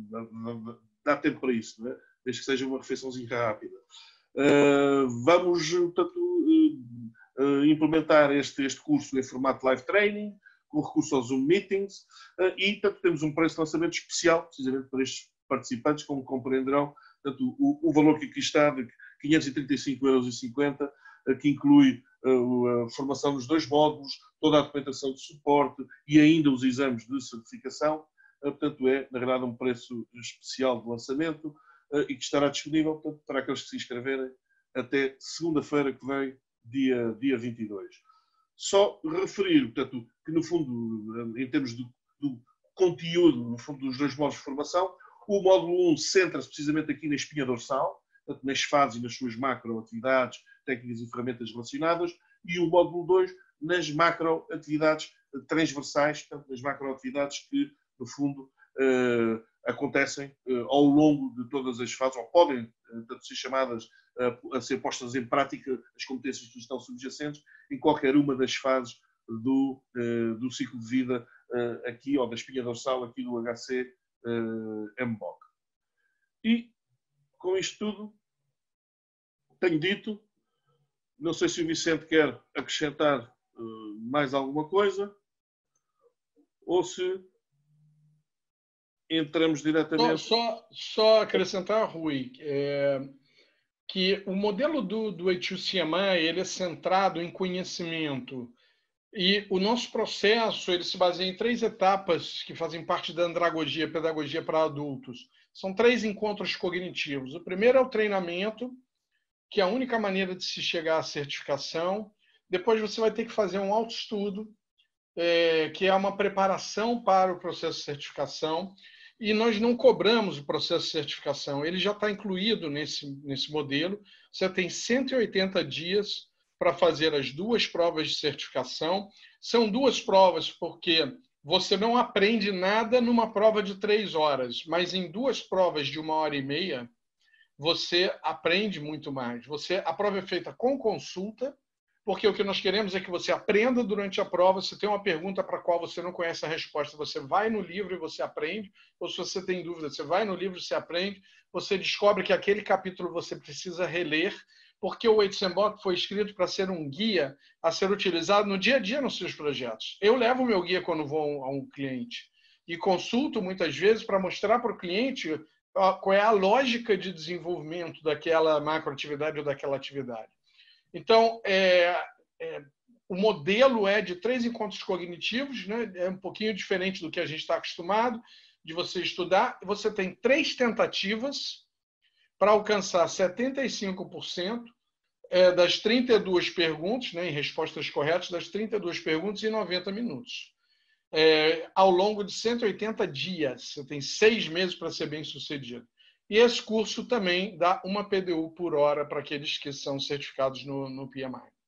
dá tempo para isso, não é? Desde que seja uma refeiçãozinha rápida. Uh, vamos, portanto, uh, uh, implementar este, este curso em formato live training, com recurso aos Zoom Meetings, uh, e, portanto, temos um preço de lançamento especial, precisamente para estes participantes, como compreenderão. Portanto, o, o valor que aqui está, de quinhentos e trinta e cinco euros e cinquenta, uh, que inclui uh, a formação nos dois módulos, toda a documentação de suporte e ainda os exames de certificação. Uh, portanto, é, na verdade, um preço especial de lançamento, e que estará disponível, portanto, para aqueles que se inscreverem até segunda-feira que vem, dia, dia vinte e dois. Só referir, portanto, que no fundo, em termos do, do conteúdo, no fundo, dos dois módulos de formação, o módulo um centra-se precisamente aqui na espinha dorsal, portanto, nas fases e nas suas macroatividades, técnicas e ferramentas relacionadas, e o módulo dois nas macroatividades transversais, portanto, nas macroatividades que, no fundo, Uh, acontecem uh, ao longo de todas as fases, ou podem uh, ser chamadas uh, a ser postas em prática as competências que estão subjacentes em qualquer uma das fases do, uh, do ciclo de vida uh, aqui, ou da espinha dorsal aqui do H C uh, M B O C. E, com isto tudo, tenho dito, não sei se o Vicente quer acrescentar uh, mais alguma coisa, ou se entramos diretamente... Só, só, só acrescentar, Rui, é, que o modelo do, do H two C M I ele é centrado em conhecimento. E o nosso processo ele se baseia em três etapas que fazem parte da andragogia, pedagogia para adultos. São três encontros cognitivos. O primeiro é o treinamento, que é a única maneira de se chegar à certificação. Depois você vai ter que fazer um autoestudo, é, que é uma preparação para o processo de certificação. E nós não cobramos o processo de certificação, ele já está incluído nesse, nesse modelo. Você tem cento e oitenta dias para fazer as duas provas de certificação. São duas provas porque você não aprende nada numa prova de três horas, mas em duas provas de uma hora e meia, você aprende muito mais. Você, a prova é feita com consulta, porque o que nós queremos é que você aprenda durante a prova. Se tem uma pergunta para a qual você não conhece a resposta, você vai no livro e você aprende. Ou se você tem dúvida, você vai no livro e você aprende. Você descobre que aquele capítulo você precisa reler, porque o H C M B O C foi escrito para ser um guia a ser utilizado no dia a dia nos seus projetos. Eu levo o meu guia quando vou a um cliente e consulto muitas vezes para mostrar para o cliente qual é a lógica de desenvolvimento daquela macroatividade ou daquela atividade. Então, é, é, o modelo é de três encontros cognitivos, né? É um pouquinho diferente do que a gente está acostumado de você estudar. Você tem três tentativas para alcançar setenta e cinco por cento é, das trinta e duas perguntas, né, em respostas corretas, das trinta e duas perguntas em noventa minutos. É, ao longo de cento e oitenta dias. Você tem seis meses para ser bem sucedido. E esse curso também dá uma P D U por hora para aqueles que são certificados no, no P M I.